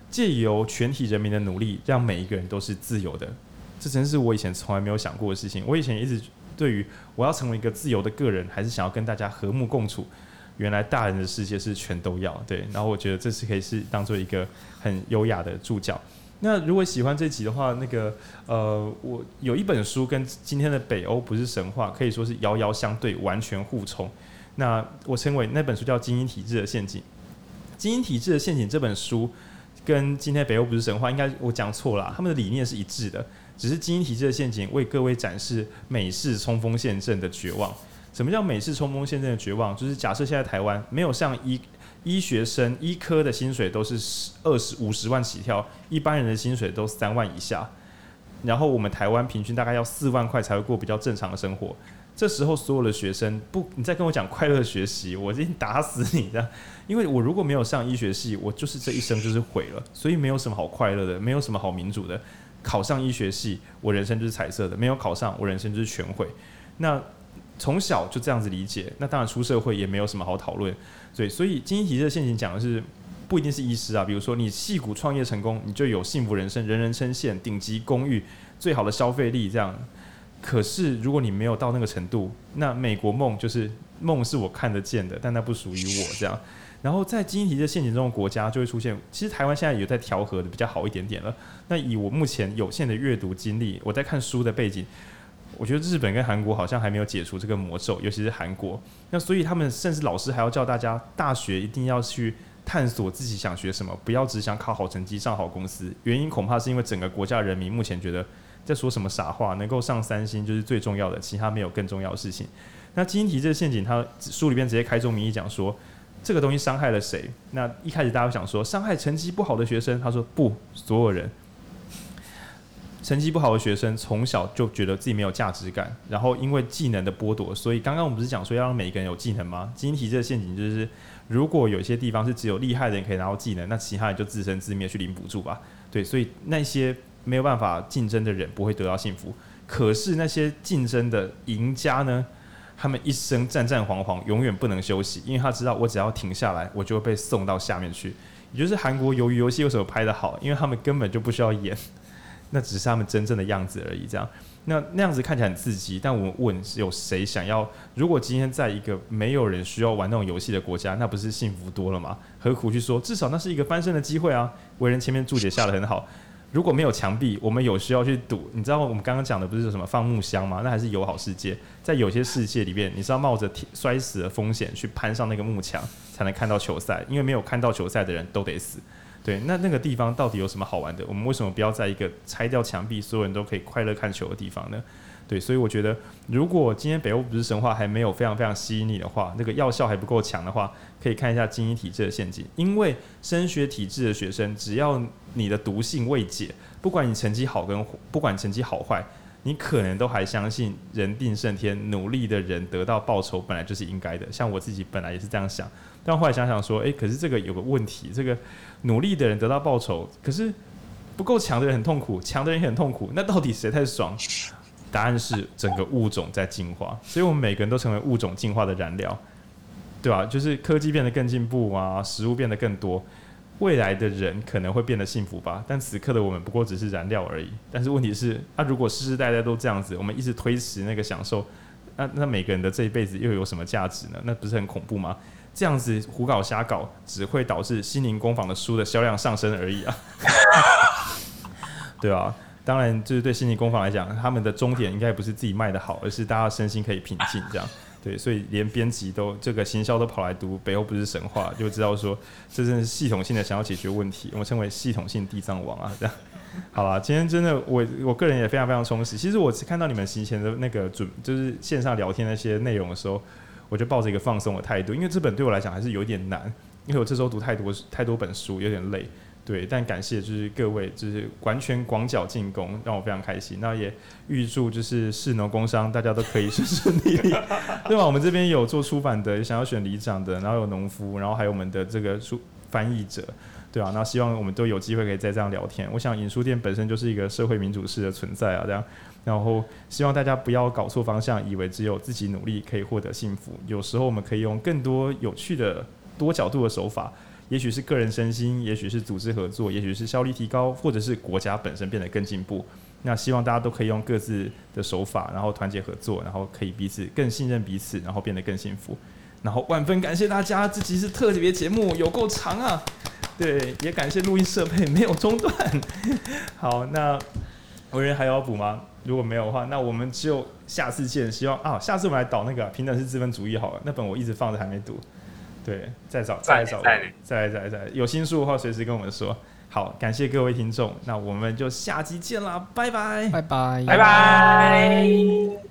借由全体人民的努力，让每一个人都是自由的。这真是我以前从来没有想过的事情。我以前一直对于我要成为一个自由的个人，还是想要跟大家和睦共处。原来大人的世界是全都要，对。然后我觉得这是可以是当做一个很优雅的注脚。那如果喜欢这集的话，我有一本书跟今天的北欧不是神话，可以说是遥遥相对，完全互冲。那我称为那本书叫《精英体制的陷阱》。《精英体制的陷阱》这本书跟今天的北欧不是神话，应该我讲错了，他们的理念是一致的，只是精英体制的陷阱为各位展示美式冲锋陷阵的绝望。什么叫美式冲锋陷阵的绝望？就是假设现在台湾没有像医学生医科的薪水都是50万起跳，一般人的薪水都3万以下，然后我们台湾平均大概要4万块才会过比较正常的生活。这时候所有的学生你再跟我讲快乐学习，我一定打死你这样。因为我如果没有上医学系，我就是这一生就是毁了，所以没有什么好快乐的，没有什么好民主的。考上医学系，我人生就是彩色的；没有考上，我人生就是全毁。那从小就这样子理解，那当然出社会也没有什么好讨论。所以精英体制的陷阱讲的是，不一定是医师啊，比如说你矽谷创业成功，你就有幸福人生，人人称羡，顶级公寓，最好的消费力这样。可是如果你没有到那个程度，那美国梦就是梦是我看得见的，但那不属于我这样。然后在精英体制陷阱中的国家就会出现，其实台湾现在有在调和的比较好一点点了。那以我目前有限的阅读经历，我在看书的背景，我觉得日本跟韩国好像还没有解除这个魔咒，尤其是韩国。那所以他们甚至老师还要叫大家大学一定要去探索自己想学什么，不要只想考好成绩上好公司。原因恐怕是因为整个国家人民目前觉得在说什么傻话，能够上3星就是最重要的，其他没有更重要的事情。那精英体制的陷阱，他书里边直接开宗明义讲说，这个东西伤害了谁？那一开始大家会想说伤害成绩不好的学生，他说不，所有人。成绩不好的学生从小就觉得自己没有价值感，然后因为技能的剥夺，所以刚刚我们不是讲说要让每一个人有技能吗？精英体制的陷阱就是，如果有一些地方是只有厉害的人可以拿到技能，那其他人就自生自灭去领补助吧。对，所以那些没有办法竞争的人不会得到幸福，可是那些竞争的赢家呢，他们一生战战惶惶，永远不能休息，因为他知道我只要停下来，我就会被送到下面去。也就是韩国鱿鱼游戏为什么拍得好，因为他们根本就不需要演。那只是他们真正的样子而已，这样。那样子看起来很刺激，但我们问有谁想要？如果今天在一个没有人需要玩那种游戏的国家，那不是幸福多了吗？何苦去说？至少那是一个翻身的机会啊！为人前面注解下得很好。如果没有墙壁，我们有需要去赌。你知道我们刚刚讲的不是什么放木箱吗？那还是友好世界。在有些世界里面，你是要冒着摔死的风险去攀上那个幕墙，才能看到球赛。因为没有看到球赛的人都得死。对，那个地方到底有什么好玩的？我们为什么不要在一个拆掉墙壁，所有人都可以快乐看球的地方呢？对，所以我觉得，如果今天北欧不是神话还没有非常非常吸引你的话，那个药效还不够强的话，可以看一下精英体制的陷阱。因为升学体制的学生，只要你的毒性未解，不管你成绩好不管成绩好坏，你可能都还相信人定胜天，努力的人得到报酬本来就是应该的。像我自己本来也是这样想，但后来想想说，可是这个有个问题，这个努力的人得到报酬，可是不够强的人很痛苦，强的人也很痛苦，那到底谁才爽？答案是整个物种在进化，所以我们每个人都成为物种进化的燃料，对吧？就是科技变得更进步啊，食物变得更多，未来的人可能会变得幸福吧，但此刻的我们不过只是燃料而已。但是问题是，如果世世代代都这样子，我们一直推迟那个享受，那每个人的这一辈子又有什么价值呢？那不是很恐怖吗？这样子胡搞瞎搞，只会导致心灵工坊的书的销量上升而已啊，对吧？当然，就是对心灵工坊来讲，他们的终点应该不是自己卖的好，而是大家身心可以平静这样。对，所以连编辑都这个行销都跑来读《北欧不是神话》，就知道说这真的是系统性的想要解决问题，我们称为系统性地藏王啊，这样。好啦，今天真的我个人也非常非常充实。其实我看到你们席前的那个就是线上聊天那些内容的时候，我就抱着一个放松的态度，因为这本对我来讲还是有点难，因为我这周读太多本书，有点累。对，但感谢就是各位，就是完全广角进攻，让我非常开心。那也预祝就是士农工商大家都可以顺顺利利，对吧？我们这边有做出版的，想要选里长的，然后有农夫，然后还有我们的这个翻译者，对啊，那希望我们都有机会可以再这样聊天。我想影书店本身就是一个社会民主式的存在啊，这样。然后希望大家不要搞错方向，以为只有自己努力可以获得幸福。有时候我们可以用更多有趣的多角度的手法。 也许是个人身心，也许是组织合作，也许是效率提高，或者是国家本身变得更进步。那希望大家都可以用各自的手法，然后团结合作，然后可以彼此更信任彼此，然后变得更幸福。然后万分感谢大家，这集是特别节目，有够长啊！对，也感谢录音设备没有中断。好，那文人还要补吗？如果没有的话，那我们就下次见。希望下次我们来导那个平等是资本主义好了，那本我一直放着还没读。对，再来找，有新书的话随时跟我们说。好，感谢各位听众，那我们就下集见啦，拜拜， 拜拜， 拜拜。